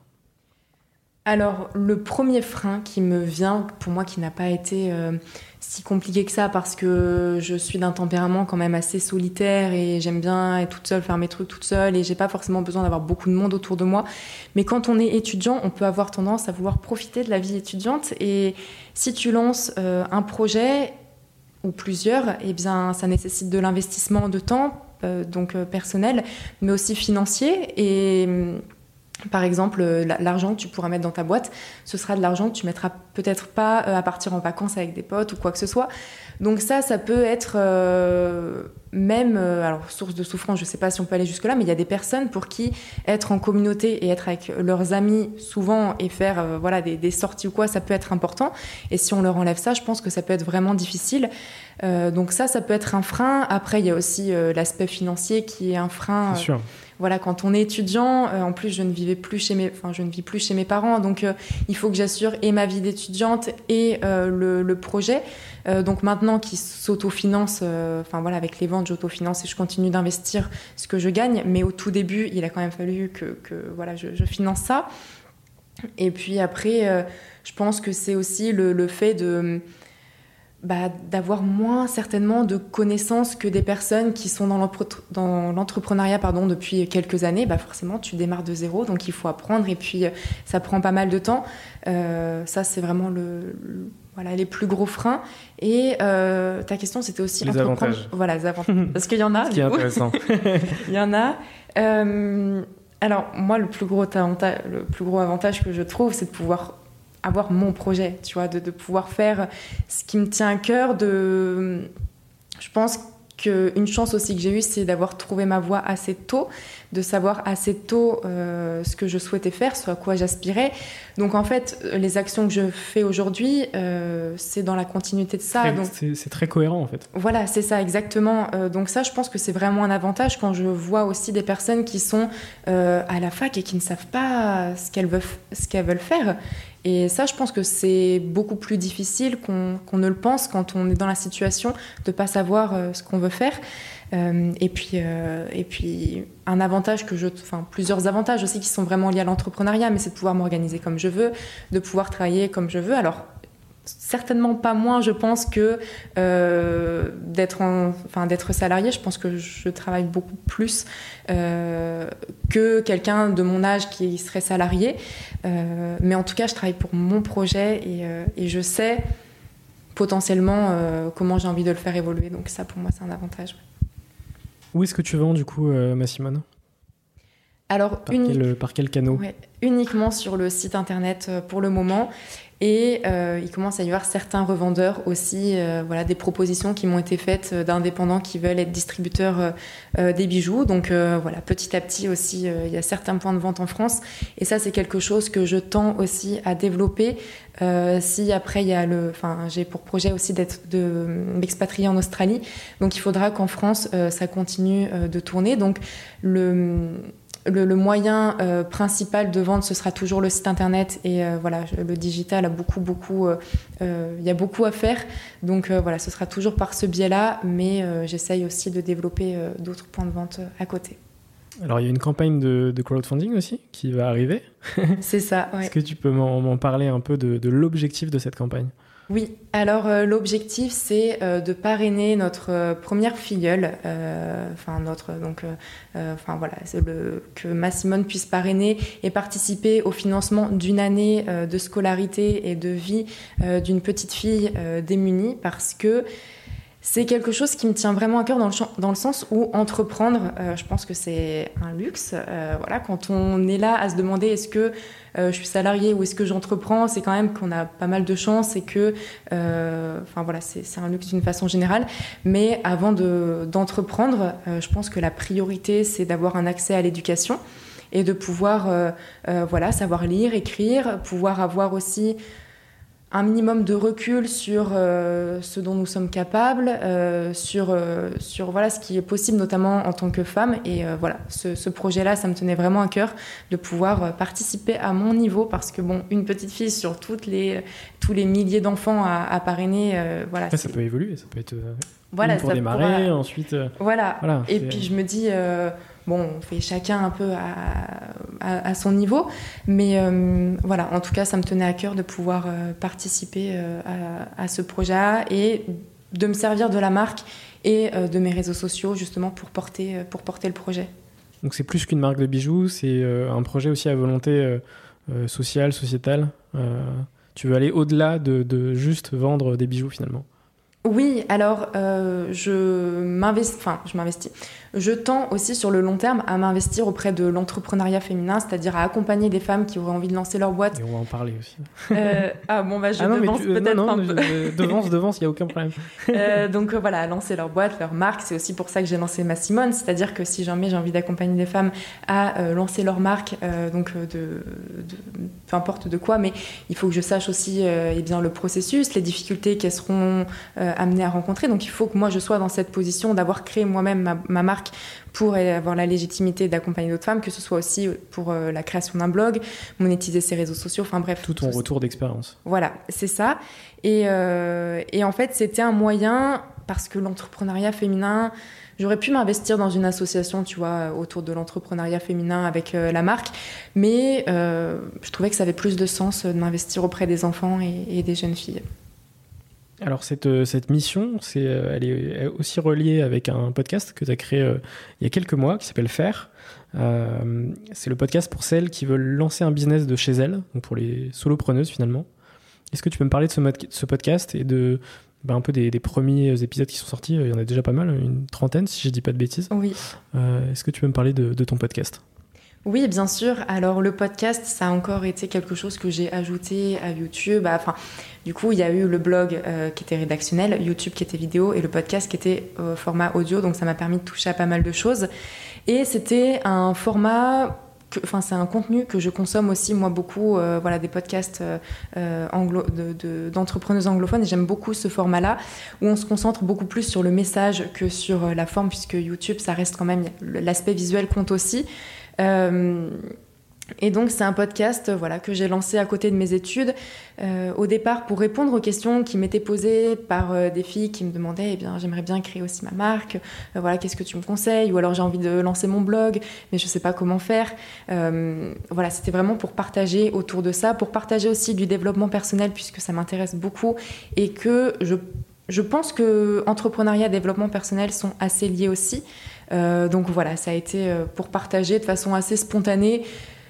Alors, le premier frein qui me vient, pour moi, qui n'a pas été euh, si compliqué que ça, parce que je suis d'un tempérament quand même assez solitaire et j'aime bien être toute seule, faire mes trucs toute seule et j'ai pas forcément besoin d'avoir beaucoup de monde autour de moi. Mais quand on est étudiant, on peut avoir tendance à vouloir profiter de la vie étudiante et si tu lances euh, un projet ou plusieurs, eh bien, ça nécessite de l'investissement de temps, Euh, donc euh, personnel, mais aussi financier. Et euh, par exemple, euh, l'argent que tu pourras mettre dans ta boîte, ce sera de l'argent que tu mettras peut-être pas euh, à partir en vacances avec des potes ou quoi que ce soit. Donc ça, ça peut être euh, même, euh, alors source de souffrance, je sais pas si on peut aller jusque-là, mais il y a des personnes pour qui être en communauté et être avec leurs amis souvent et faire euh, voilà, des, des sorties ou quoi, ça peut être important. Et si on leur enlève ça, je pense que ça peut être vraiment difficile. Euh, donc ça, ça peut être un frein. Après, il y a aussi euh, l'aspect financier qui est un frein. C'est sûr. Euh, voilà, quand on est étudiant, euh, en plus, je ne vivais plus chez mes, enfin, je ne vis plus chez mes parents, donc euh, il faut que j'assure et ma vie d'étudiante et euh, le, le projet. Euh, donc maintenant, qui s'autofinance, euh, enfin voilà, avec les ventes, j'autofinance et je continue d'investir ce que je gagne. Mais au tout début, il a quand même fallu que, que voilà, je, je finance ça. Et puis après, euh, je pense que c'est aussi le, le fait de Bah, d'avoir moins certainement de connaissances que des personnes qui sont dans, l'empre- dans l'entrepreneuriat pardon, depuis quelques années. Bah, forcément, tu démarres de zéro, donc il faut apprendre et puis ça prend pas mal de temps. Euh, ça, c'est vraiment le, le, voilà, les plus gros freins. Et euh, ta question, c'était aussi les entreprendre. Avantages. Voilà, les avantages. Parce qu'il y en a. Ce qui est intéressant. Il y en a. Euh, alors, moi, le plus gros avantage, le plus gros avantage que je trouve, c'est de pouvoir avoir mon projet, tu vois, de, de pouvoir faire ce qui me tient à cœur. De... Je pense qu'une chance aussi que j'ai eue, c'est d'avoir trouvé ma voie assez tôt, de savoir assez tôt euh, ce que je souhaitais faire, ce à quoi j'aspirais. Donc en fait, les actions que je fais aujourd'hui, euh, c'est dans la continuité de ça. C'est, donc, c'est, c'est très cohérent en fait. Voilà, c'est ça, exactement. Euh, donc ça, je pense que c'est vraiment un avantage quand je vois aussi des personnes qui sont euh, à la fac et qui ne savent pas ce qu'elles veulent, ce qu'elles veulent faire. Et ça, je pense que c'est beaucoup plus difficile qu'on, qu'on ne le pense quand on est dans la situation de ne pas savoir euh, ce qu'on veut faire. Euh, et, puis, euh, et puis, un avantage que je... Enfin, plusieurs avantages aussi qui sont vraiment liés à l'entrepreneuriat, mais c'est de pouvoir m'organiser comme je veux, de pouvoir travailler comme je veux. Alors, certainement pas moins, je pense, que euh, d'être, en, enfin, d'être salarié. Je pense que je travaille beaucoup plus euh, que quelqu'un de mon âge qui serait salarié. Euh, mais en tout cas, je travaille pour mon projet et, euh, et je sais potentiellement euh, comment j'ai envie de le faire évoluer. Donc ça, pour moi, c'est un avantage. Où est-ce que tu vends, du coup, euh, ma Simone ? Alors, par, uni- quel, par quel canot ? Ouais, uniquement sur le site internet euh, pour le moment. Et euh, il commence à y avoir certains revendeurs aussi, euh, voilà, des propositions qui m'ont été faites d'indépendants qui veulent être distributeurs euh, euh, des bijoux. Donc euh, voilà, petit à petit aussi, euh, il y a certains points de vente en France. Et ça, c'est quelque chose que je tends aussi à développer. Euh, si après, il y a le, enfin, j'ai pour projet aussi d'être, de m'expatrier en Australie. Donc il faudra qu'en France, euh, ça continue euh, de tourner. Donc le... Le, le moyen euh, principal de vente, ce sera toujours le site internet et euh, voilà, le digital a beaucoup, beaucoup, il euh, euh, y a beaucoup à faire. Donc euh, voilà, ce sera toujours par ce biais-là, mais euh, j'essaye aussi de développer euh, d'autres points de vente à côté. Alors, il y a une campagne de, de crowdfunding aussi qui va arriver. C'est ça, ouais. Est-ce que tu peux m'en, m'en parler un peu de, de l'objectif de cette campagne ? Oui, alors euh, l'objectif c'est euh, de parrainer notre euh, première filleule, euh, enfin notre donc, euh, enfin voilà, c'est le, que Massimone puisse parrainer et participer au financement d'une année euh, de scolarité et de vie euh, d'une petite fille euh, démunie, parce que c'est quelque chose qui me tient vraiment à cœur dans le, champ, dans le sens où entreprendre, euh, je pense que c'est un luxe. Euh, voilà, quand on est là à se demander est-ce que euh, je suis salariée ou est-ce que j'entreprends, c'est quand même qu'on a pas mal de chance et que, euh, enfin voilà, c'est, c'est un luxe d'une façon générale. Mais avant de, d'entreprendre, euh, je pense que la priorité c'est d'avoir un accès à l'éducation et de pouvoir, euh, euh, voilà, savoir lire, écrire, pouvoir avoir aussi un minimum de recul sur euh, ce dont nous sommes capables, euh, sur, euh, sur voilà, ce qui est possible, notamment en tant que femme. Et euh, voilà, ce, ce projet-là, ça me tenait vraiment à cœur de pouvoir euh, participer à mon niveau, parce que bon, une petite fille sur toutes les, tous les milliers d'enfants à, à parrainer, euh, voilà. Après, ça peut évoluer, ça peut être euh, voilà, pour ça démarrer, pourra... ensuite... Euh, voilà. voilà, et c'est... puis je me dis... Euh, Bon, on fait chacun un peu à, à, à son niveau, mais euh, voilà, en tout cas, ça me tenait à cœur de pouvoir euh, participer euh, à, à ce projet et de me servir de la marque et euh, de mes réseaux sociaux justement pour porter, pour porter le projet. Donc c'est plus qu'une marque de bijoux, c'est euh, un projet aussi à volonté euh, euh, sociale, sociétale. Euh, tu veux aller au-delà de, de juste vendre des bijoux finalement. Oui, alors euh, je m'investis, enfin je m'investis. Je tends aussi sur le long terme à m'investir auprès de l'entrepreneuriat féminin, c'est-à-dire à accompagner des femmes qui auraient envie de lancer leur boîte. Et on va en parler aussi. Euh, ah bon, bah je ah non, devance tu, euh, peut-être non, non, un peu. Je, devance, devance, il n'y a aucun problème. euh, donc euh, voilà, lancer leur boîte, leur marque, c'est aussi pour ça que j'ai lancé Massimone, c'est-à-dire que si jamais j'ai envie d'accompagner des femmes à euh, lancer leur marque, euh, donc euh, de, de, peu importe de quoi, mais il faut que je sache aussi euh, eh bien, le processus, les difficultés qu'elles seront euh, amenées à rencontrer. Donc il faut que moi je sois dans cette position d'avoir créé moi-même ma, ma marque pour avoir la légitimité d'accompagner d'autres femmes, que ce soit aussi pour euh, la création d'un blog, monétiser ses réseaux sociaux, enfin bref. Tout ton tout retour d'expérience. Voilà, c'est ça. Et, euh, et en fait, c'était un moyen, parce que l'entrepreneuriat féminin, j'aurais pu m'investir dans une association, tu vois, autour de l'entrepreneuriat féminin avec euh, la marque, mais euh, je trouvais que ça avait plus de sens de m'investir auprès des enfants et, et des jeunes filles. Alors cette, cette mission, c'est, elle est aussi reliée avec un podcast que tu as créé euh, il y a quelques mois qui s'appelle Faire. Euh, c'est le podcast pour celles qui veulent lancer un business de chez elles, donc pour les solopreneuses finalement. Est-ce que tu peux me parler de ce, mod- ce podcast et de bah, un peu des, des premiers épisodes qui sont sortis? Il y en a déjà pas mal, une trentaine si je dis pas de bêtises. Oui. Euh, est-ce que tu peux me parler de, de ton podcast? Oui, bien sûr. Alors, le podcast, ça a encore été quelque chose que j'ai ajouté à YouTube. Enfin, du coup, il y a eu le blog euh, qui était rédactionnel, YouTube qui était vidéo et le podcast qui était au format audio. Donc, ça m'a permis de toucher à pas mal de choses. Et c'était un format... Enfin, c'est un contenu que je consomme aussi, moi, beaucoup, euh, voilà, des podcasts euh, anglo, de, de, d'entrepreneuses anglophones. Et j'aime beaucoup ce format-là, où on se concentre beaucoup plus sur le message que sur la forme, puisque YouTube, ça reste quand même... L'aspect visuel compte aussi. Euh, et donc c'est un podcast voilà, que j'ai lancé à côté de mes études euh, au départ pour répondre aux questions qui m'étaient posées par euh, des filles qui me demandaient eh bien, j'aimerais bien créer aussi ma marque, euh, voilà, qu'est-ce que tu me conseilles, ou alors j'ai envie de lancer mon blog mais je sais pas comment faire. Euh, voilà, c'était vraiment pour partager autour de ça, pour partager aussi du développement personnel puisque ça m'intéresse beaucoup et que je, je pense que entrepreneuriat et développement personnel sont assez liés aussi. Euh, donc voilà, ça a été euh, pour partager de façon assez spontanée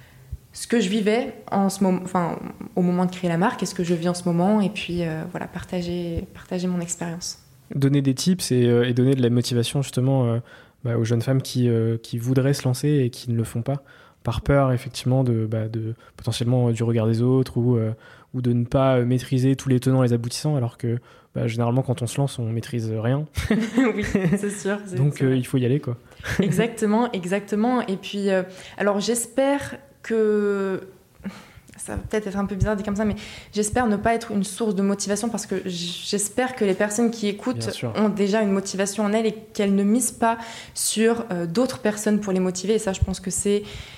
ce que je vivais en ce moment, enfin, au moment de créer la marque et ce que je vis en ce moment, et puis euh, voilà, partager, partager mon expérience. Donner des tips et, euh, et donner de la motivation justement euh, bah, aux jeunes femmes qui, euh, qui voudraient se lancer et qui ne le font pas, par peur effectivement de, bah, de potentiellement du regard des autres ou, euh, ou de ne pas maîtriser tous les tenants et les aboutissants, alors que bah, généralement quand on se lance on maîtrise rien. Oui, c'est sûr. C'est, Donc c'est euh, il faut y aller quoi. Exactement, exactement. Et puis, euh, alors j'espère que... Ça va peut-être être un peu bizarre dit comme ça, mais j'espère ne pas être une source de motivation parce que j'espère que les personnes qui écoutent ont déjà une motivation en elles et qu'elles ne misent pas sur euh, d'autres personnes pour les motiver. Et ça, je pense que c'est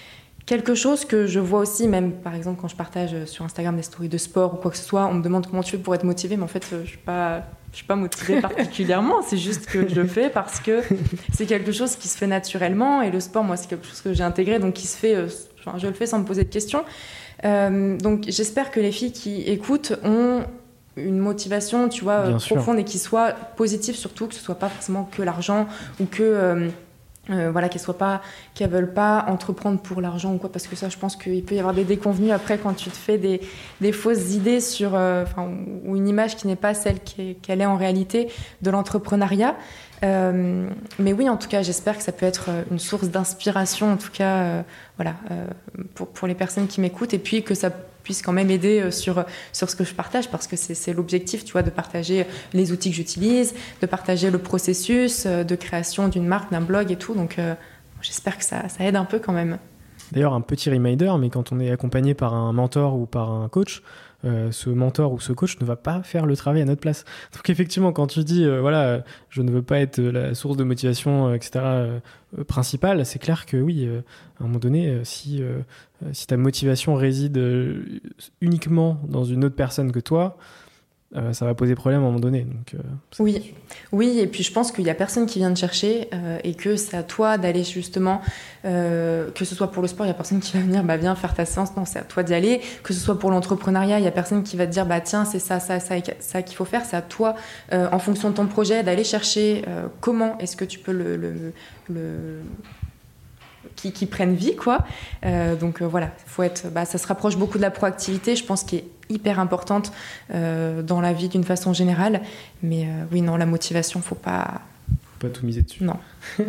quelque chose que je vois aussi, même par exemple quand je partage sur Instagram des stories de sport ou quoi que ce soit, on me demande comment tu fais pour être motivée, mais en fait, je ne suis pas, je suis pas motivée particulièrement, c'est juste que je le fais parce que c'est quelque chose qui se fait naturellement, et le sport, moi, c'est quelque chose que j'ai intégré, donc qui se fait, euh, enfin, je le fais sans me poser de questions. Euh, donc j'espère que les filles qui écoutent ont une motivation, tu vois, euh, profonde et qui soit positive, surtout que ce soit pas forcément que l'argent ou que euh, euh, voilà, qu'elles soient pas, qu'elles veulent pas entreprendre pour l'argent ou quoi, parce que ça, je pense qu'il peut y avoir des déconvenus après quand tu te fais des, des fausses idées sur, euh, ou une image qui n'est pas celle qui est, qu'elle est en réalité de l'entrepreneuriat. Euh, mais oui, en tout cas, j'espère que ça peut être une source d'inspiration, en tout cas, euh, voilà, euh, pour, pour les personnes qui m'écoutent, et puis que ça puisse quand même aider sur, sur ce que je partage, parce que c'est, c'est l'objectif, tu vois, de partager les outils que j'utilise, de partager le processus de création d'une marque, d'un blog et tout, donc euh, j'espère que ça, ça aide un peu quand même. D'ailleurs, un petit reminder, mais quand on est accompagné par un mentor ou par un coach, euh, ce mentor ou ce coach ne va pas faire le travail à notre place. Donc effectivement, quand tu dis, euh, voilà, euh, je ne veux pas être la source de motivation, euh, et cetera, euh, euh, principale, c'est clair que oui, euh, à un moment donné, euh, si, euh, si ta motivation réside euh, uniquement dans une autre personne que toi, Euh, ça va poser problème à un moment donné. Donc, euh, oui. oui, et puis je pense qu'il n'y a personne qui vient te chercher euh, et que c'est à toi d'aller justement, euh, que ce soit pour le sport, il n'y a personne qui va venir, bah viens faire ta séance, non, c'est à toi d'y aller. Que ce soit pour l'entrepreneuriat, il n'y a personne qui va te dire, bah tiens, c'est ça, ça, ça, ça qu'il faut faire. C'est à toi, euh, en fonction de ton projet, d'aller chercher euh, comment est-ce que tu peux le... le, le Qui, qui prennent vie, quoi. Euh, donc euh, voilà, faut être, bah, ça se rapproche beaucoup de la proactivité, je pense, qui est hyper importante euh, dans la vie d'une façon générale. Mais euh, oui, non, la motivation, faut pas... Faut pas tout miser dessus. Non.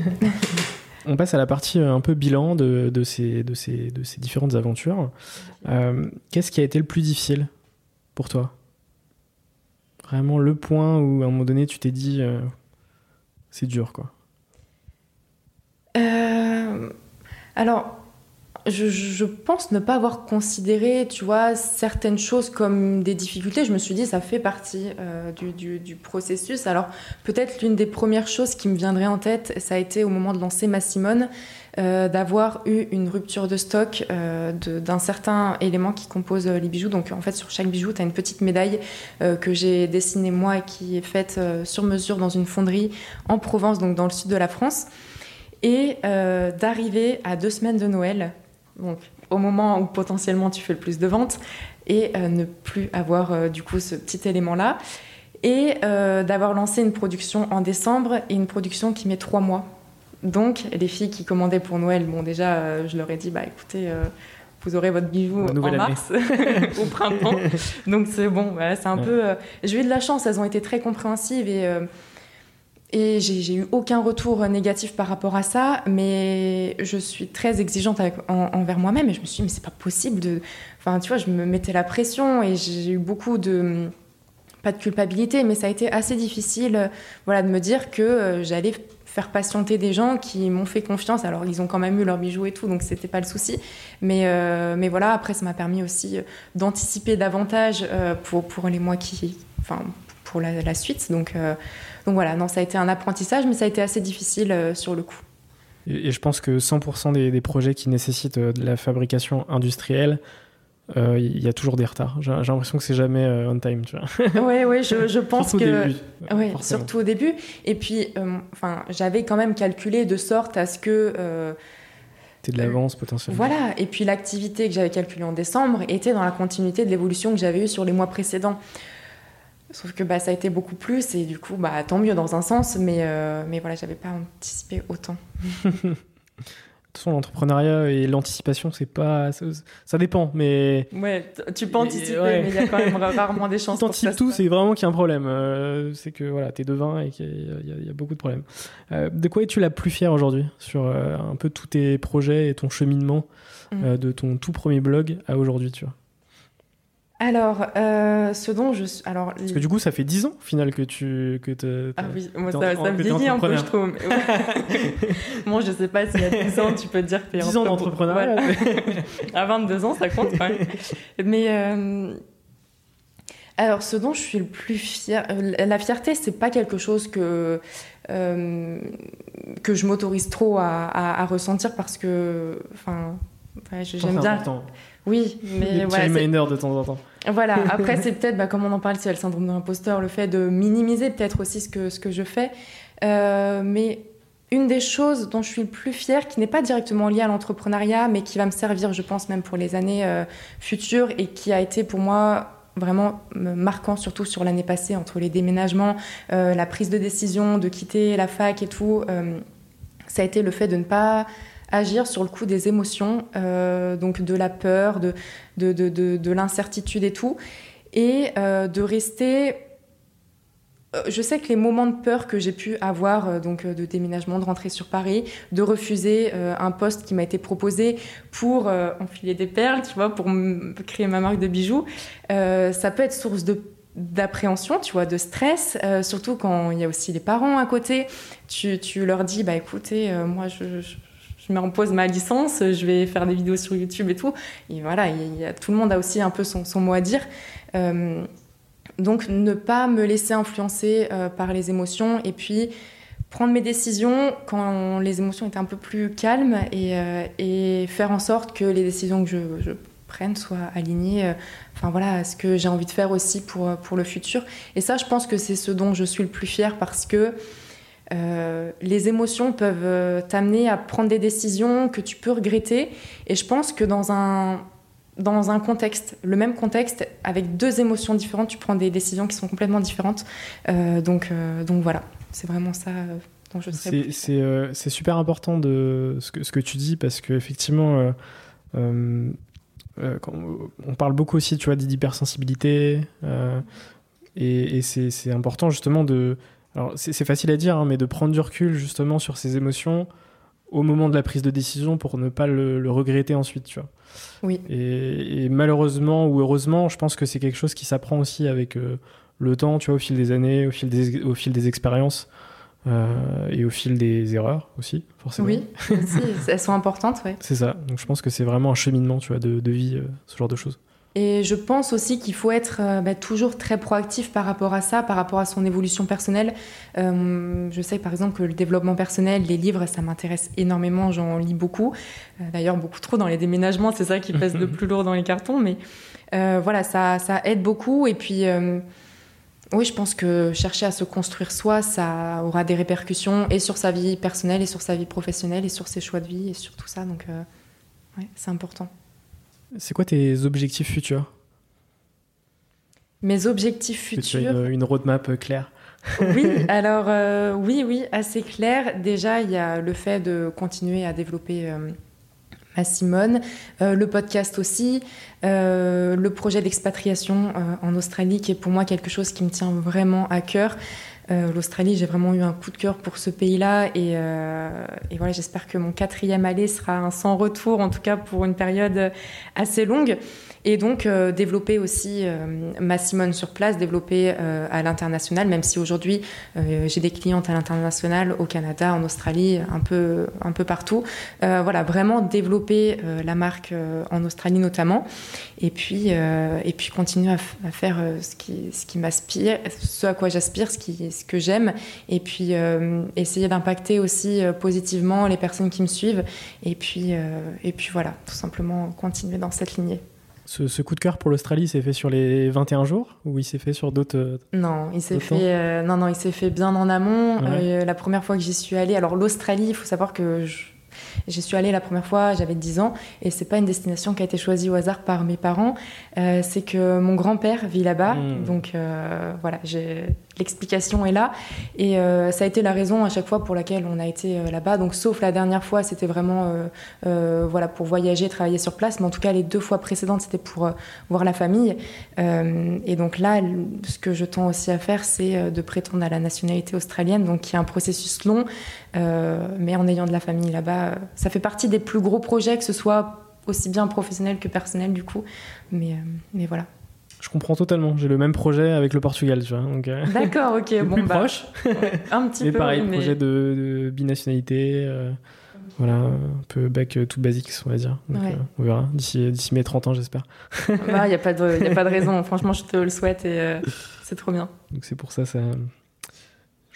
On passe à la partie un peu bilan de, de, ces, de, ces, de ces différentes aventures. Euh, qu'est-ce qui a été le plus difficile pour toi ? Vraiment le point où, à un moment donné, tu t'es dit, euh, c'est dur, quoi. Euh... Alors, je, je pense ne pas avoir considéré, tu vois, certaines choses comme des difficultés. Je me suis dit, ça fait partie euh, du, du, du processus. Alors, peut-être l'une des premières choses qui me viendrait en tête, ça a été au moment de lancer Massimone, euh, d'avoir eu une rupture de stock euh, de, d'un certain élément qui compose les bijoux. Donc, en fait, sur chaque bijou, tu as une petite médaille euh, que j'ai dessinée moi et qui est faite euh, sur mesure dans une fonderie en Provence, donc dans le sud de la France. Et euh, d'arriver à deux semaines de Noël, donc au moment où potentiellement tu fais le plus de ventes, et euh, ne plus avoir euh, du coup ce petit élément-là, et euh, d'avoir lancé une production en décembre et une production qui met trois mois. Donc les filles qui commandaient pour Noël, bon déjà euh, je leur ai dit, bah écoutez, euh, vous aurez votre bijou en mars, au printemps. Donc c'est bon, voilà, c'est un ouais. peu... Euh, j'ai eu de la chance, elles ont été très compréhensives et... Euh, Et j'ai, j'ai eu aucun retour négatif par rapport à ça, mais je suis très exigeante avec, en, envers moi-même et je me suis dit, mais c'est pas possible de... Enfin, tu vois, je me mettais la pression et j'ai eu beaucoup de... Pas de culpabilité, mais ça a été assez difficile voilà, de me dire que euh, j'allais faire patienter des gens qui m'ont fait confiance. Alors, ils ont quand même eu leurs bijoux et tout, donc c'était pas le souci. Mais, euh, mais voilà, après, ça m'a permis aussi d'anticiper davantage euh, pour, pour les mois qui... Enfin, pour la, la suite. Donc, euh, donc voilà, non, ça a été un apprentissage, mais ça a été assez difficile euh, sur le coup. Et, et je pense que cent pour cent des, des projets qui nécessitent euh, de la fabrication industrielle, il euh, y a toujours des retards. J'ai, j'ai l'impression que c'est jamais euh, on time, tu vois. Oui, oui, je, je pense surtout que... Au début, ouais, surtout au début. Et puis, euh, enfin, j'avais quand même calculé de sorte à ce que... Euh, T'es de l'avance potentiellement. Voilà, et puis l'activité que j'avais calculée en décembre était dans la continuité de l'évolution que j'avais eue sur les mois précédents. Sauf que bah, ça a été beaucoup plus et du coup, bah, tant mieux dans un sens, mais, euh, mais voilà, j'avais pas anticipé autant. De toute façon, l'entrepreneuriat et l'anticipation, c'est pas... Ça, ça dépend, mais... Ouais, tu peux anticiper, ouais. Mais il y a quand même rarement des chances pour ça. T'anticipes tout, c'est vraiment qu'il y a un problème. Euh, c'est que voilà, t'es devin et qu'il y a, il y a, il y a beaucoup de problèmes. Euh, de quoi es-tu la plus fière aujourd'hui sur euh, un peu tous tes projets et ton cheminement mmh. euh, de ton tout premier blog à aujourd'hui, tu vois? Alors, euh, ce dont je suis... Alors, Parce que du coup, ça fait dix ans, au final, que tu... Que t'as, ah oui, moi, ça, ça me vieillit un peu, je trouve. Mais ouais. Moi, je sais pas s'il y a dix ans, tu peux te dire que t'es... dix ans d'entrepreneuriat. Voilà. À vingt-deux ans, ça compte quand même. Mais... Euh... Alors, ce dont je suis le plus fière... La fierté, c'est pas quelque chose que... Euh, que je m'autorise trop à, à, à ressentir parce que... Enfin... ouais, j'aime bien. Important. Oui, mais des voilà, petits reminders de temps en temps. Voilà. Après, c'est peut-être, bah, comme on en parle, c'est le syndrome de l'imposteur, le fait de minimiser peut-être aussi ce que ce que je fais. Euh, mais une des choses dont je suis le plus fière, qui n'est pas directement liée à l'entrepreneuriat, mais qui va me servir, je pense, même pour les années euh, futures, et qui a été pour moi vraiment marquant, surtout sur l'année passée, entre les déménagements, euh, la prise de décision de quitter la fac et tout, euh, ça a été le fait de ne pas agir sur le coup des émotions, euh, donc de la peur, de, de, de, de, de l'incertitude et tout, et euh, de rester... Je sais que les moments de peur que j'ai pu avoir, euh, donc de déménagement, de rentrer sur Paris, de refuser euh, un poste qui m'a été proposé pour euh, enfiler des perles, tu vois, pour m- créer ma marque de bijoux, euh, ça peut être source de d'appréhension, tu vois, de stress, euh, surtout quand il y a aussi les parents à côté. Tu, tu leur dis, bah écoutez, euh, moi je, je je m'impose ma licence, je vais faire des vidéos sur YouTube et tout. Et voilà, il y a, tout le monde a aussi un peu son, son mot à dire. Euh, donc ne pas me laisser influencer euh, par les émotions et puis prendre mes décisions quand les émotions étaient un peu plus calmes et, euh, et faire en sorte que les décisions que je, je prenne soient alignées euh, enfin, voilà, à ce que j'ai envie de faire aussi pour, pour le futur. Et ça, je pense que c'est ce dont je suis le plus fière parce que Euh, les émotions peuvent euh, t'amener à prendre des décisions que tu peux regretter. Et je pense que dans un, dans un contexte, le même contexte, avec deux émotions différentes, tu prends des décisions qui sont complètement différentes. Euh, donc, euh, donc voilà, c'est vraiment ça euh, dont je serais. C'est, c'est, euh, c'est super important de ce que, ce que tu dis parce qu'effectivement, euh, euh, euh, quand on parle beaucoup aussi, tu vois, d'hypersensibilité euh, et, et c'est, c'est important justement de. Alors, c'est, c'est facile à dire, hein, mais de prendre du recul justement sur ces émotions au moment de la prise de décision pour ne pas le, le regretter ensuite, tu vois. Oui. Et, et malheureusement ou heureusement, je pense que c'est quelque chose qui s'apprend aussi avec euh, le temps, tu vois, au fil des années, au fil des, au fil des expériences euh, et au fil des erreurs aussi, forcément. Oui, aussi, elles sont importantes, ouais. C'est ça. Donc je pense que c'est vraiment un cheminement, tu vois, de, de vie, euh, ce genre de choses. Et je pense aussi qu'il faut être euh, bah, toujours très proactif par rapport à ça, par rapport à son évolution personnelle. Euh, je sais par exemple que le développement personnel, les livres, ça m'intéresse énormément, j'en lis beaucoup. Euh, d'ailleurs, beaucoup trop dans les déménagements, c'est ça qui pèse le plus lourd dans les cartons. Mais euh, voilà, ça, ça aide beaucoup. Et puis, euh, oui, je pense que chercher à se construire soi, ça aura des répercussions et sur sa vie personnelle, et sur sa vie professionnelle, et sur ses choix de vie, et sur tout ça. Donc, euh, ouais, c'est important. C'est quoi tes objectifs futurs ? Mes objectifs futurs. Tu as une, une roadmap claire ? Oui, alors euh, oui, oui, assez clair. Déjà, il y a le fait de continuer à développer euh, ma Simone, euh, le podcast aussi, euh, le projet d'expatriation euh, en Australie, qui est pour moi quelque chose qui me tient vraiment à cœur. Euh, L'Australie, j'ai vraiment eu un coup de cœur pour ce pays-là et, euh, et voilà, j'espère que mon quatrième aller sera un sans retour, en tout cas pour une période assez longue. Et donc euh, développer aussi euh, ma Simone sur place, développer euh, à l'international, même si aujourd'hui euh, j'ai des clientes à l'international, au Canada, en Australie, un peu, un peu partout. Euh, voilà, vraiment développer euh, la marque euh, en Australie notamment, et puis, euh, et puis continuer à, f- à faire euh, ce qui, ce qui m'aspire, ce à quoi j'aspire, ce, qui, ce que j'aime, et puis euh, essayer d'impacter aussi euh, positivement les personnes qui me suivent, et puis, euh, et puis voilà, tout simplement continuer dans cette lignée. Ce, ce coup de cœur pour l'Australie, s'est fait sur les vingt et un jours ou il s'est fait sur d'autres euh, Non, il s'est d'autres fait. temps Euh, non, non, il s'est fait bien en amont. Ouais. Euh, la première fois que j'y suis allée, alors l'Australie, il faut savoir que je- j'y suis allée la première fois, j'avais dix ans, et c'est pas une destination qui a été choisie au hasard par mes parents. Euh, c'est que mon grand-père vit là-bas, Mmh. donc euh, voilà, j'ai... l'explication est là, et euh, ça a été la raison à chaque fois pour laquelle on a été euh, là-bas. Donc, sauf la dernière fois, c'était vraiment euh, euh, voilà, pour voyager, travailler sur place, mais en tout cas les deux fois précédentes, c'était pour euh, voir la famille. Euh, et donc là, ce que je tends aussi à faire, c'est euh, de prétendre à la nationalité australienne, donc qui est un processus long, euh, mais en ayant de la famille là-bas, euh, ça fait partie des plus gros projets, que ce soit aussi bien professionnel que personnel du coup, mais, euh, mais voilà. Je comprends totalement. J'ai le même projet avec le Portugal, tu vois. Donc, euh, D'accord, ok, bon plus bah, proche. un petit Mais peu. pareil, mais... projet de, de binationalité, euh, voilà, un peu bac euh, tout basique, on va dire. Donc, Ouais. euh, on verra d'ici, d'ici mes trente ans, j'espère. Il n'y a, pas de- y a pas de raison, franchement, je te le souhaite et euh, c'est trop bien. Donc c'est pour ça, ça,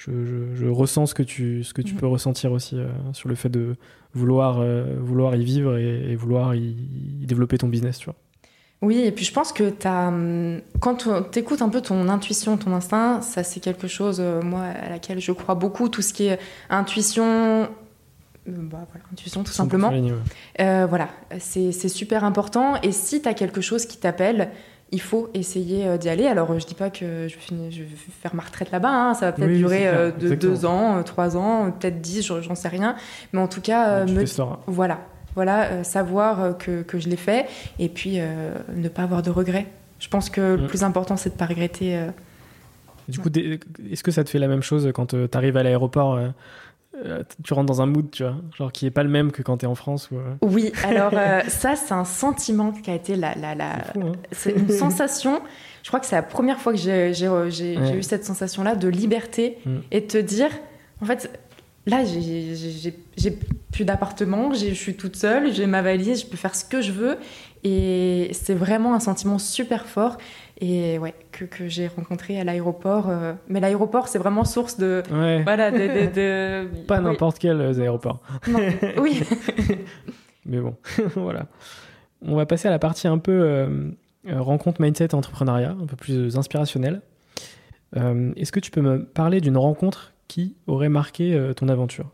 je, je, je ressens ce que tu, ce que tu mmh. peux ressentir aussi euh, sur le fait de vouloir, euh, vouloir y vivre et, et vouloir y, y développer ton business, tu vois. Oui, et puis je pense que t'as, quand tu écoutes un peu ton intuition, ton instinct, ça c'est quelque chose, euh, moi, à laquelle je crois beaucoup, tout ce qui est intuition, euh, bah, voilà, intuition tout simplement. Ligne, ouais. euh, voilà, c'est, c'est super important. Et si tu as quelque chose qui t'appelle, il faut essayer euh, d'y aller. Alors, je dis pas que je vais, finir, je vais faire ma retraite là-bas, hein. Ça va peut-être oui, durer euh, de deux ans, euh, trois ans, peut-être dix, j'en sais rien. Mais en tout cas, euh, me... voilà. Voilà, euh, savoir que, que je l'ai fait et puis euh, ne pas avoir de regrets. Je pense que mmh. le plus important, c'est de ne pas regretter. Euh... Du coup, est-ce que ça te fait la même chose quand euh, tu arrives à l'aéroport euh, euh, tu rentres dans un mood, tu vois, genre qui n'est pas le même que quand tu es en France ou, euh... Oui, alors euh, ça, c'est un sentiment qui a été la... la, la... C'est, fou, hein. C'est une sensation. Je crois que c'est la première fois que j'ai, j'ai, j'ai, ouais. j'ai eu cette sensation-là de liberté mmh. et de te dire, en fait... Là, j'ai, j'ai, j'ai, j'ai plus d'appartement, j'ai, je suis toute seule, j'ai ma valise, je peux faire ce que je veux. Et c'est vraiment un sentiment super fort et ouais, que, que j'ai rencontré à l'aéroport. Euh, mais l'aéroport, c'est vraiment source de... Ouais. Voilà, de... de, de... Pas oui. n'importe quel euh, aéroport. Non, oui. Mais bon, voilà. On va passer à la partie un peu euh, rencontre, mindset, entrepreneuriat, un peu plus inspirationnelle. Euh, est-ce que tu peux me parler d'une rencontre qui aurait marqué euh, ton aventure?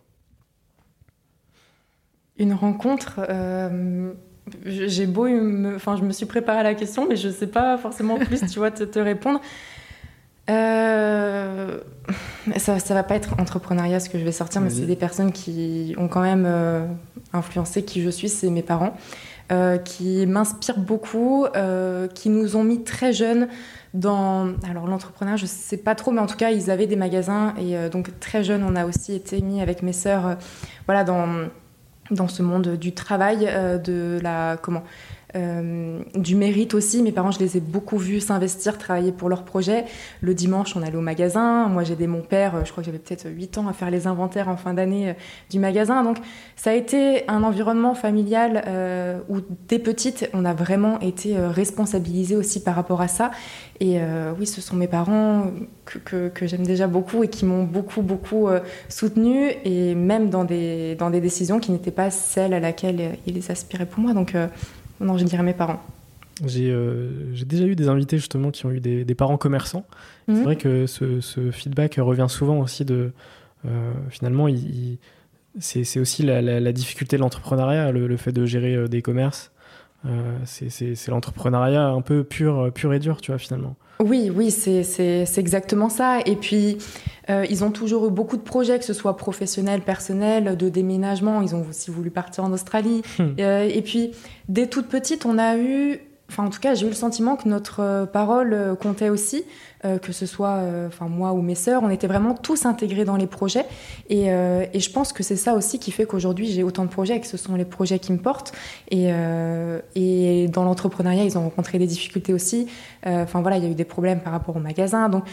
Une rencontre, euh, j'ai beau, me, enfin, je me suis préparée à la question, mais je ne sais pas forcément plus, tu vois, te, te répondre. Euh, ça, ça va pas être entrepreneuriat ce que je vais sortir, mais Vas-y. C'est des personnes qui ont quand même euh, influencé qui je suis, c'est mes parents, euh, qui m'inspirent beaucoup, euh, qui nous ont mis très jeunes dans, alors l'entrepreneuriat, je sais pas trop, mais en tout cas, ils avaient des magasins et euh, donc très jeunes, on a aussi été mis avec mes sœurs, euh, voilà, dans dans ce monde du travail, euh, de la comment. Euh, du mérite aussi. Mes parents, je les ai beaucoup vus s'investir, travailler pour leurs projets. Le dimanche, on allait au magasin. Moi, j'aidais mon père, je crois que j'avais peut-être huit ans, à faire les inventaires en fin d'année euh, du magasin. Donc, ça a été un environnement familial euh, où, dès petite, on a vraiment été euh, responsabilisés aussi par rapport à ça. Et euh, oui, ce sont mes parents que, que, que j'aime déjà beaucoup et qui m'ont beaucoup, beaucoup euh, soutenue, et même dans des, dans des décisions qui n'étaient pas celles à laquelle ils aspiraient pour moi. Donc, euh, non, je dirais mes parents. J'ai, euh, j'ai déjà eu des invités justement qui ont eu des, des parents commerçants. Mmh. C'est vrai que ce, ce feedback revient souvent aussi de... Euh, finalement, il, il, c'est, c'est aussi la, la, la difficulté de l'entrepreneuriat, le, le fait de gérer euh, des commerces. Euh, c'est, c'est, c'est l'entrepreneuriat un peu pur, pur et dur, tu vois, finalement. Oui, oui, c'est, c'est, c'est exactement ça. Et puis, euh, ils ont toujours eu beaucoup de projets, que ce soit professionnels, personnels, de déménagement. Ils ont aussi voulu partir en Australie. Mmh. Euh, et puis, dès toute petite, on a eu... Enfin, en tout cas, j'ai eu le sentiment que notre euh, parole euh, comptait aussi, euh, que ce soit euh, enfin, moi ou mes sœurs. On était vraiment tous intégrés dans les projets. Et, euh, et je pense que c'est ça aussi qui fait qu'aujourd'hui, j'ai autant de projets et que ce sont les projets qui me portent. Et, euh, et dans l'entrepreneuriat, ils ont rencontré des difficultés aussi. Enfin, euh, voilà, il y a eu des problèmes par rapport au magasin. Donc,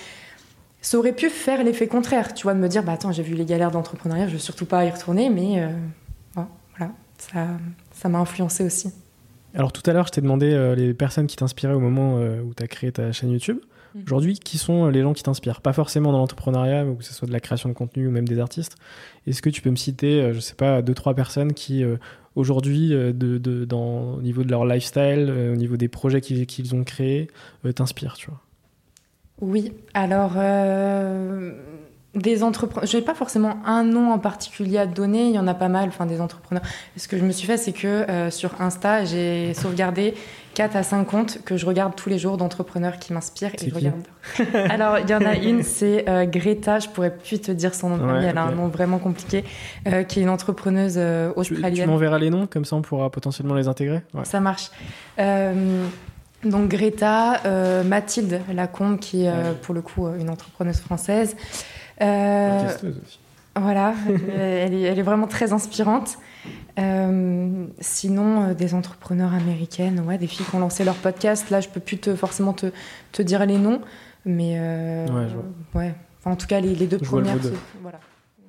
ça aurait pu faire l'effet contraire, tu vois, de me dire, bah attends, j'ai vu les galères d'entrepreneuriat, je ne veux surtout pas y retourner. Mais euh, voilà, ça, ça m'a influencé aussi. Alors tout à l'heure, je t'ai demandé euh, les personnes qui t'inspiraient au moment euh, où tu as créé ta chaîne YouTube. Mmh. Aujourd'hui, qui sont les gens qui t'inspirent? Pas forcément dans l'entrepreneuriat, ou que ce soit de la création de contenu ou même des artistes. Est-ce que tu peux me citer, euh, je sais pas, deux, trois personnes qui, euh, aujourd'hui, euh, de, de, dans, au niveau de leur lifestyle, euh, au niveau des projets qu'ils, qu'ils ont créés, euh, t'inspirent, tu vois? Oui, alors... Euh... Des entrepreneurs, je n'ai pas forcément un nom en particulier à te donner, il y en a pas mal, enfin des entrepreneurs. Ce que je me suis fait, c'est que euh, sur Insta, j'ai sauvegardé quatre à cinq comptes que je regarde tous les jours d'entrepreneurs qui m'inspirent. C'est et je qui regarde. Alors, il y en a une, c'est euh, Greta, je pourrais plus te dire son nom de famille, ouais, elle okay. a un nom vraiment compliqué, euh, qui est une entrepreneuse euh, australienne. Tu, tu m'enverras les noms, comme ça on pourra potentiellement les intégrer. Ouais. Ça marche. Euh, donc Greta, euh, Mathilde Lacombe, qui est euh, ouais. pour le coup une entrepreneuse française. Euh, aussi. Voilà, elle, est, elle est vraiment très inspirante. Euh, sinon, euh, des entrepreneurs américaines, ouais, des filles qui ont lancé leur podcast. Là, je peux plus te, forcément te, te dire les noms, mais euh, ouais, je vois. ouais. Enfin, en tout cas, les, les deux je premières. C'est, voilà.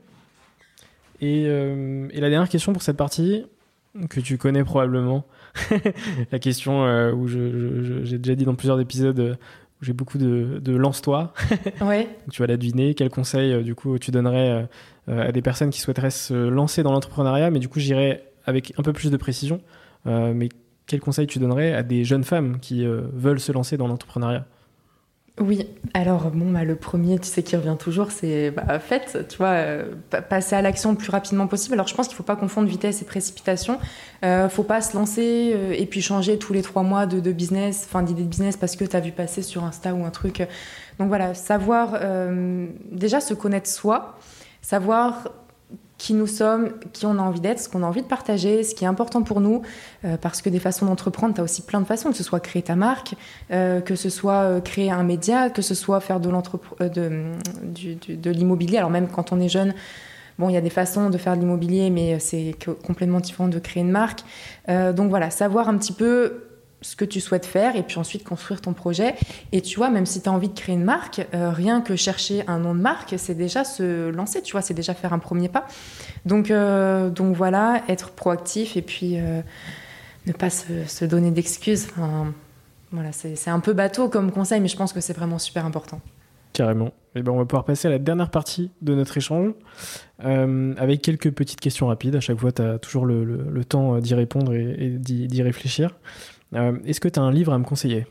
Et, euh, et la dernière question pour cette partie, que tu connais probablement, la question euh, où je, je, je, j'ai déjà dit dans plusieurs épisodes. Euh, où j'ai beaucoup de, de lance-toi. Ouais. Tu vas la deviner. Quel conseil, euh, du coup, tu donnerais euh, à des personnes qui souhaiteraient se lancer dans l'entrepreneuriat? Mais du coup, j'irais avec un peu plus de précision. Euh, mais quel conseil tu donnerais à des jeunes femmes qui euh, veulent se lancer dans l'entrepreneuriat? Oui, alors bon, bah, le premier, tu sais, qui revient toujours, c'est bah, faites, tu vois, euh, passer à l'action le plus rapidement possible. Alors je pense qu'il ne faut pas confondre vitesse et précipitation. Il euh, ne faut pas se lancer euh, et puis changer tous les trois mois de, de business, enfin d'idée de business parce que tu as vu passer sur Insta ou un truc. Donc voilà, savoir euh, déjà se connaître soi, savoir qui nous sommes, qui on a envie d'être, ce qu'on a envie de partager, ce qui est important pour nous, euh, parce que des façons d'entreprendre, tu as aussi plein de façons, que ce soit créer ta marque, euh, que ce soit euh, créer un média, que ce soit faire de, euh, de, du, du, de l'immobilier. Alors même quand on est jeune, bon, il y a des façons de faire de l'immobilier, mais c'est complètement différent de créer une marque. Euh, donc voilà, savoir un petit peu ce que tu souhaites faire et puis ensuite construire ton projet. Et tu vois, même si tu as envie de créer une marque, euh, rien que chercher un nom de marque, c'est déjà se lancer, tu vois, c'est déjà faire un premier pas. Donc, euh, donc voilà, être proactif et puis euh, ne pas se, se donner d'excuses. Enfin, voilà, c'est, c'est un peu bateau comme conseil, mais je pense que c'est vraiment super important. Carrément. Et ben, on va pouvoir passer à la dernière partie de notre échange euh, avec quelques petites questions rapides. À chaque fois, tu as toujours le, le, le temps d'y répondre et, et d'y, d'y réfléchir. Euh, est-ce que tu as un livre à me conseiller?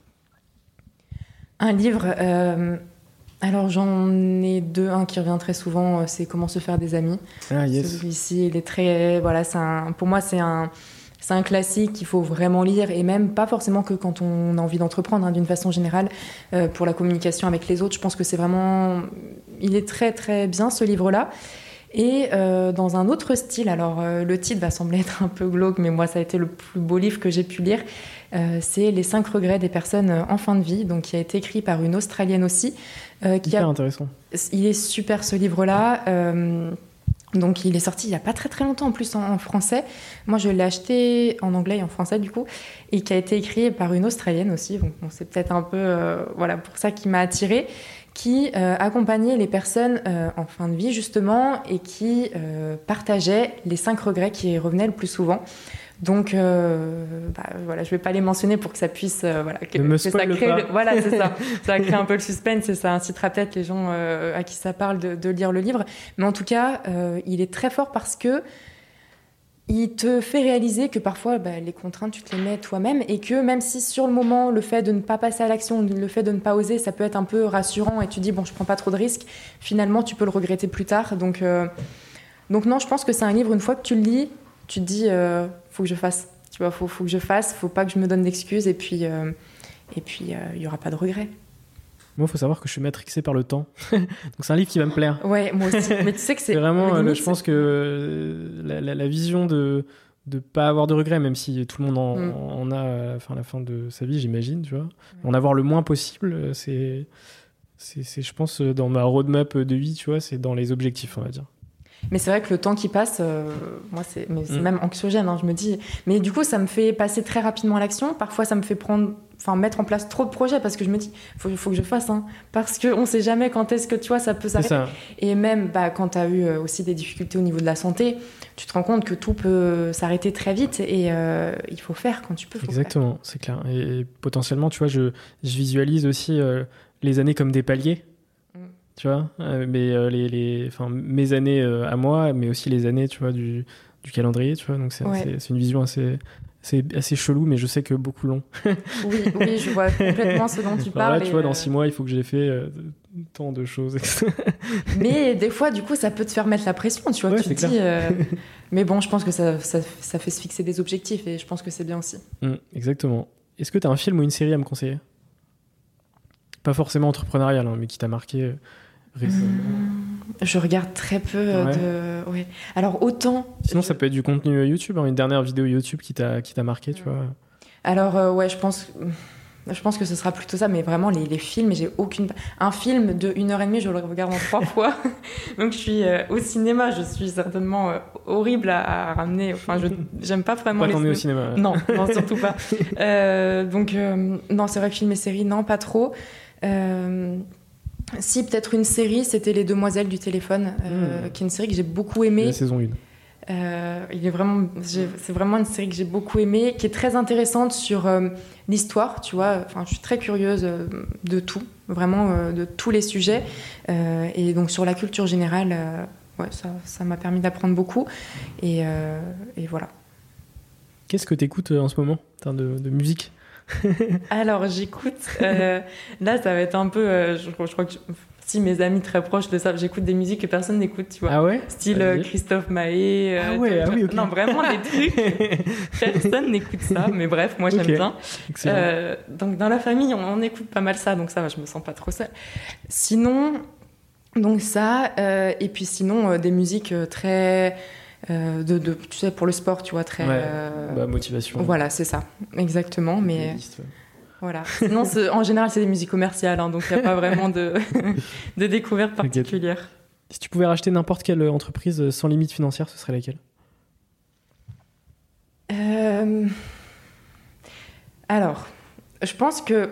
Un livre euh, alors j'en ai deux. Un qui revient très souvent, c'est Comment se faire des amis. Ah yes. Celui-ci, il est très... Voilà, c'est un, pour moi, c'est un, c'est un classique qu'il faut vraiment lire. Et même pas forcément que quand on a envie d'entreprendre, hein, d'une façon générale. Euh, pour la communication avec les autres, je pense que c'est vraiment... Il est très très bien, ce livre-là. Et euh, dans un autre style, alors euh, le titre va sembler être un peu glauque, mais moi ça a été le plus beau livre que j'ai pu lire, euh, c'est Les cinq regrets des personnes en fin de vie, donc qui a été écrit par une Australienne aussi. Euh, qui Hyper a... intéressant. Il est super ce livre-là, euh, donc il est sorti il n'y a pas très très longtemps en plus en, en français. Moi je l'ai acheté en anglais et en français du coup, et qui a été écrit par une Australienne aussi, donc bon, c'est peut-être un peu euh, voilà, pour ça qui m'a attirée, qui euh, accompagnait les personnes euh, en fin de vie justement et qui euh, partageait les cinq regrets qui revenaient le plus souvent. Donc euh, bah, voilà, je vais pas les mentionner pour que ça puisse euh, voilà, que, ne me que ça spoile crée pas. le, voilà, c'est ça, ça crée un peu le suspense et ça incitera peut-être les gens euh, à qui ça parle de, de lire le livre. Mais en tout cas, euh, il est très fort parce que il te fait réaliser que parfois, bah, les contraintes, tu te les mets toi-même et que même si sur le moment, le fait de ne pas passer à l'action, le fait de ne pas oser, ça peut être un peu rassurant et tu dis, bon, je prends pas trop de risques, finalement, tu peux le regretter plus tard. Donc, euh, donc non, je pense que c'est un livre, une fois que tu le lis, tu te dis, euh, faut que je fasse. Tu vois, faut, faut que je fasse, faut pas que je me donne d'excuses et puis euh, et puis, il euh, y aura pas de regrets. Moi, il faut savoir que je suis matrixé par le temps. Donc, c'est un livre qui va me plaire. Ouais, moi aussi. Mais tu sais que c'est... c'est vraiment, limite, là, je pense que euh, la, la, la vision de ne pas avoir de regrets, même si tout le monde en, mm. en a à la, fin, à la fin de sa vie, j'imagine, tu vois. Mm. En avoir le moins possible, c'est, c'est, c'est, je pense, dans ma roadmap de vie, tu vois, c'est dans les objectifs, on va dire. Mais c'est vrai que le temps qui passe, euh, moi, c'est, mais c'est mmh. même anxiogène, hein, je me dis. Mais du coup, ça me fait passer très rapidement à l'action. Parfois, ça me fait prendre, enfin, mettre en place trop de projets parce que je me dis, faut, faut que je fasse, hein, parce qu'on sait jamais quand est-ce que, tu vois, ça peut s'arrêter. Ça. Et même, bah, quand tu as eu aussi des difficultés au niveau de la santé, tu te rends compte que tout peut s'arrêter très vite et euh, il faut faire quand tu peux. Faut Exactement, faire. C'est clair. Et, et potentiellement, tu vois, je, je visualise aussi euh, les années comme des paliers. Tu vois, euh, mais euh, les, les, enfin, mes années euh, à moi, mais aussi les années, tu vois, du, du calendrier, tu vois. Donc c'est, ouais. c'est, c'est une vision assez, assez, assez chelou, mais je sais que beaucoup l'ont. oui, oui, je vois complètement ce dont tu parles. Là, tu vois, euh... dans six mois, il faut que j'ai fait euh, tant de choses. Mais des fois, du coup, ça peut te faire mettre la pression, tu vois. Ouais, tu te dis, euh... mais bon, je pense que ça, ça, ça fait se fixer des objectifs et je pense que c'est bien aussi. Mmh, exactement. Est-ce que tu as un film ou une série à me conseiller? Pas forcément entrepreneurial, hein, mais qui t'a marqué récemment. Mmh, je regarde très peu ouais. de... Ouais. Alors, autant... Sinon, je... ça peut être du contenu YouTube, hein, une dernière vidéo YouTube qui t'a, qui t'a marqué, tu vois. Alors, euh, ouais, je pense... Je pense que ce sera plutôt ça, mais vraiment, les, les films, j'ai aucune... Un film de une heure et demie, je le regarde en trois fois. Donc, je suis euh, au cinéma, je suis certainement euh, horrible à, à ramener. Enfin, je j'aime pas vraiment pas les... Pas au cinéma. Non, non, surtout pas. euh, donc, euh, non, c'est vrai que film et série, non, pas trop. Euh... Si, peut-être une série, c'était Les Demoiselles du téléphone, euh, mmh. qui est une série que j'ai beaucoup aimée. La saison un. Euh, il est vraiment, j'ai, c'est vraiment une série que j'ai beaucoup aimée, qui est très intéressante sur euh, l'histoire, tu vois. Enfin, je suis très curieuse euh, de tout, vraiment euh, de tous les sujets. Euh, et donc sur la culture générale, euh, ouais, ça, ça m'a permis d'apprendre beaucoup. Et, euh, et voilà. Qu'est-ce que tu écoutes en ce moment, en termes de, de musique? Alors, j'écoute. Euh, là, ça va être un peu. Euh, je, je crois que je, si mes amis très proches le savent, j'écoute des musiques que personne n'écoute, tu vois. Ah ouais? Style euh, Christophe Maé. Euh, ah ouais, ah oui, ok. Non, vraiment des trucs. Personne n'écoute ça, mais bref, moi j'aime okay. bien. Euh, donc, dans la famille, on, on écoute pas mal ça, donc ça va, je me sens pas trop seule. Sinon, donc ça, euh, et puis sinon, euh, des musiques très. Euh, de, de, tu sais, pour le sport, tu vois, très. Ouais, euh, bah, motivation. Voilà, c'est ça, exactement. Mais. Liste, ouais. Voilà. Sinon, en général, c'est des musiques commerciales, hein, donc il n'y a pas vraiment de, de découverte particulière. Si tu pouvais racheter n'importe quelle entreprise sans limite financière, ce serait laquelle? euh... Alors, je pense que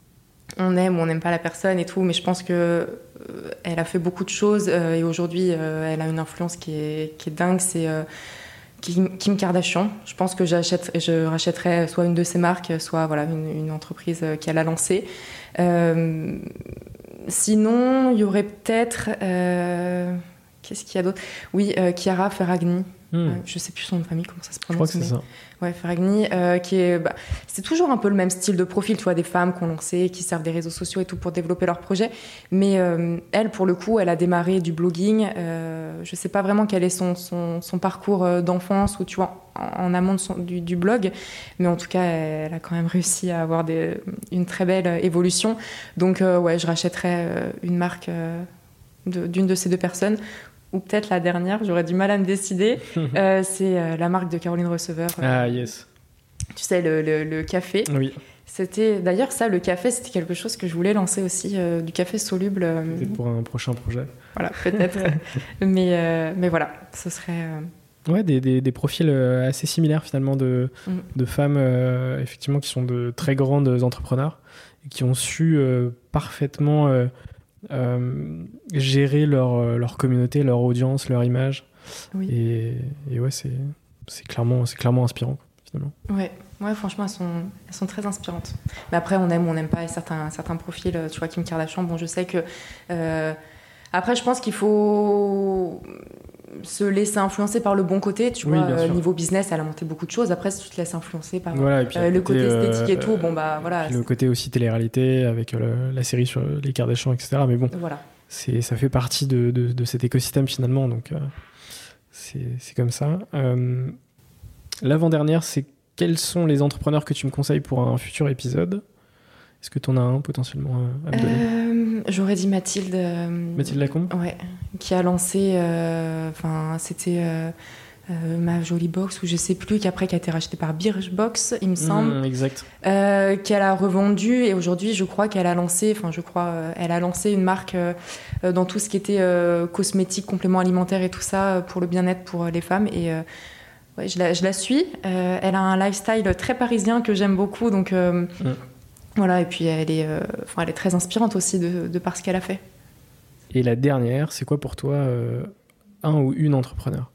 on aime ou on n'aime pas la personne et tout, mais je pense que euh, elle a fait beaucoup de choses euh, et aujourd'hui, euh, elle a une influence qui est, qui est dingue. C'est euh, Kim, Kim Kardashian. Je pense que j'achète, je rachèterais soit une de ses marques, soit voilà, une, une entreprise qu'elle a lancée. Euh, sinon, il y aurait peut-être... Euh, qu'est-ce qu'il y a d'autre? Oui, euh, Chiara Ferragni. Hmm. Euh, je sais plus son nom de famille, comment ça se prononce. Je crois que c'est ça. Ouais, Ferragni, euh, qui est, bah, c'est toujours un peu le même style de profil, tu vois, des femmes qu'on lancé, qui servent des réseaux sociaux et tout pour développer leurs projets. Mais euh, elle, pour le coup, elle a démarré du blogging. Euh, je sais pas vraiment quel est son, son, son parcours d'enfance ou tu vois, en, en amont de son, du, du blog, mais en tout cas, elle a quand même réussi à avoir des, une très belle évolution. Donc, euh, ouais, je rachèterais une marque euh, de, d'une de ces deux personnes. Ou peut-être la dernière, j'aurais du mal à me décider. euh, c'est euh, la marque de Caroline Receveur. Euh, ah, yes. Tu sais, le, le, le café. Oui. C'était, d'ailleurs, ça, le café, c'était quelque chose que je voulais lancer aussi, euh, du café soluble. Euh, peut-être pour un prochain projet. Voilà, peut-être. mais, euh, mais voilà, ce serait... Euh... Ouais, des, des, des profils assez similaires, finalement, de, mm. de femmes, euh, effectivement, qui sont de très grandes entrepreneurs et qui ont su euh, parfaitement... Euh, Euh, gérer leur, leur communauté, leur audience, leur image. Oui. Et, et ouais, c'est, c'est, clairement, c'est clairement inspirant, finalement. Ouais, ouais, franchement, elles sont, elles sont très inspirantes. Mais après, on aime ou on n'aime pas certains, certains profils. Tu vois, Kim Kardashian, bon, je sais que... Euh, après, je pense qu'il faut se laisser influencer par le bon côté, tu oui, vois, euh, niveau business, elle a monté beaucoup de choses. Après, si tu te laisses influencer par voilà, et puis, euh, le côté euh, esthétique et tout, bon bah voilà. Le côté aussi télé-réalité avec euh, la série sur les Kardashians, et cetera. Mais bon, voilà. c'est, ça fait partie de, de, de cet écosystème finalement, donc euh, c'est, c'est comme ça. Euh, l'avant-dernière, c'est quels sont les entrepreneurs que tu me conseilles pour un futur épisode? Est-ce que tu en as un potentiellement à me donner? euh, J'aurais dit Mathilde. Euh, Mathilde Lacombe? Ouais, qui a lancé, enfin, euh, c'était euh, euh, Ma Jolie Box, ou je sais plus, qu'après qui a été rachetée par Birchbox, il me semble. Mmh, exact. Euh, qu'elle a revendu et aujourd'hui, je crois qu'elle a lancé, enfin, je crois, euh, elle a lancé une marque euh, dans tout ce qui était euh, cosmétique, compléments alimentaires et tout ça pour le bien-être pour les femmes. Et euh, ouais, je la, je la suis. Euh, elle a un lifestyle très parisien que j'aime beaucoup, donc. Euh, mmh. Voilà, et puis elle est, euh, enfin, elle est très inspirante aussi de, de par ce qu'elle a fait. Et la dernière, c'est quoi pour toi euh, un ou une entrepreneur?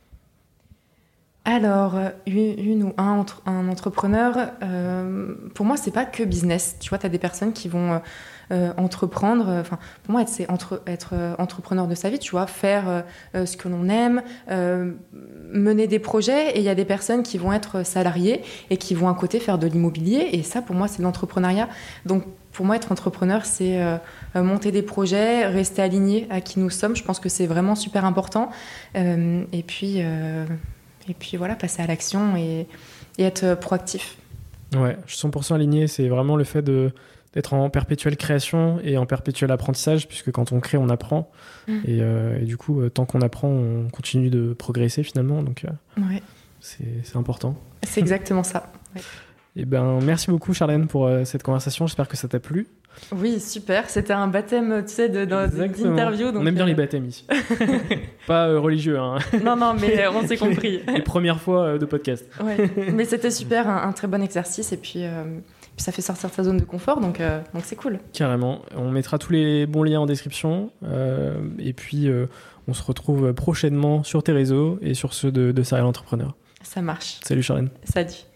Alors, une, une ou un, entre, un entrepreneur, euh, pour moi, c'est pas que business. Tu vois, tu as des personnes qui vont euh, entreprendre. Enfin, pour moi, c'est entre, être entrepreneur de sa vie, tu vois, faire euh, ce que l'on aime, euh, mener des projets. Et il y a des personnes qui vont être salariées et qui vont à côté faire de l'immobilier. Et ça, pour moi, c'est de l'entrepreneuriat. Donc, pour moi, être entrepreneur, c'est euh, monter des projets, rester aligné à qui nous sommes. Je pense que c'est vraiment super important. Euh, et puis... Euh, Et puis voilà, passer à l'action et, et être proactif. Ouais, je suis cent pour cent aligné. C'est vraiment le fait de, d'être en perpétuelle création et en perpétuel apprentissage, puisque quand on crée, on apprend. Mmh. Et, euh, et du coup, tant qu'on apprend, on continue de progresser finalement. Donc, euh, ouais. c'est, c'est important. C'est exactement ça. Ouais. Et ben, merci beaucoup, Charlène, pour euh, cette conversation. J'espère que ça t'a plu. Oui, super. C'était un baptême, tu sais, de, de, d'interview. Donc on aime bien euh... les baptêmes ici. Pas euh, religieux, hein. Non, non, mais on s'est compris. Les premières fois euh, de podcast. Ouais. Mais c'était super, un, un très bon exercice. Et puis, euh, Puis ça fait sortir de sa zone de confort, donc, euh, donc c'est cool. Carrément. On mettra tous les bons liens en description. Euh, et puis, euh, on se retrouve prochainement sur tes réseaux et sur ceux de, de Serial Entrepreneur. Ça marche. Salut Charlène. Salut.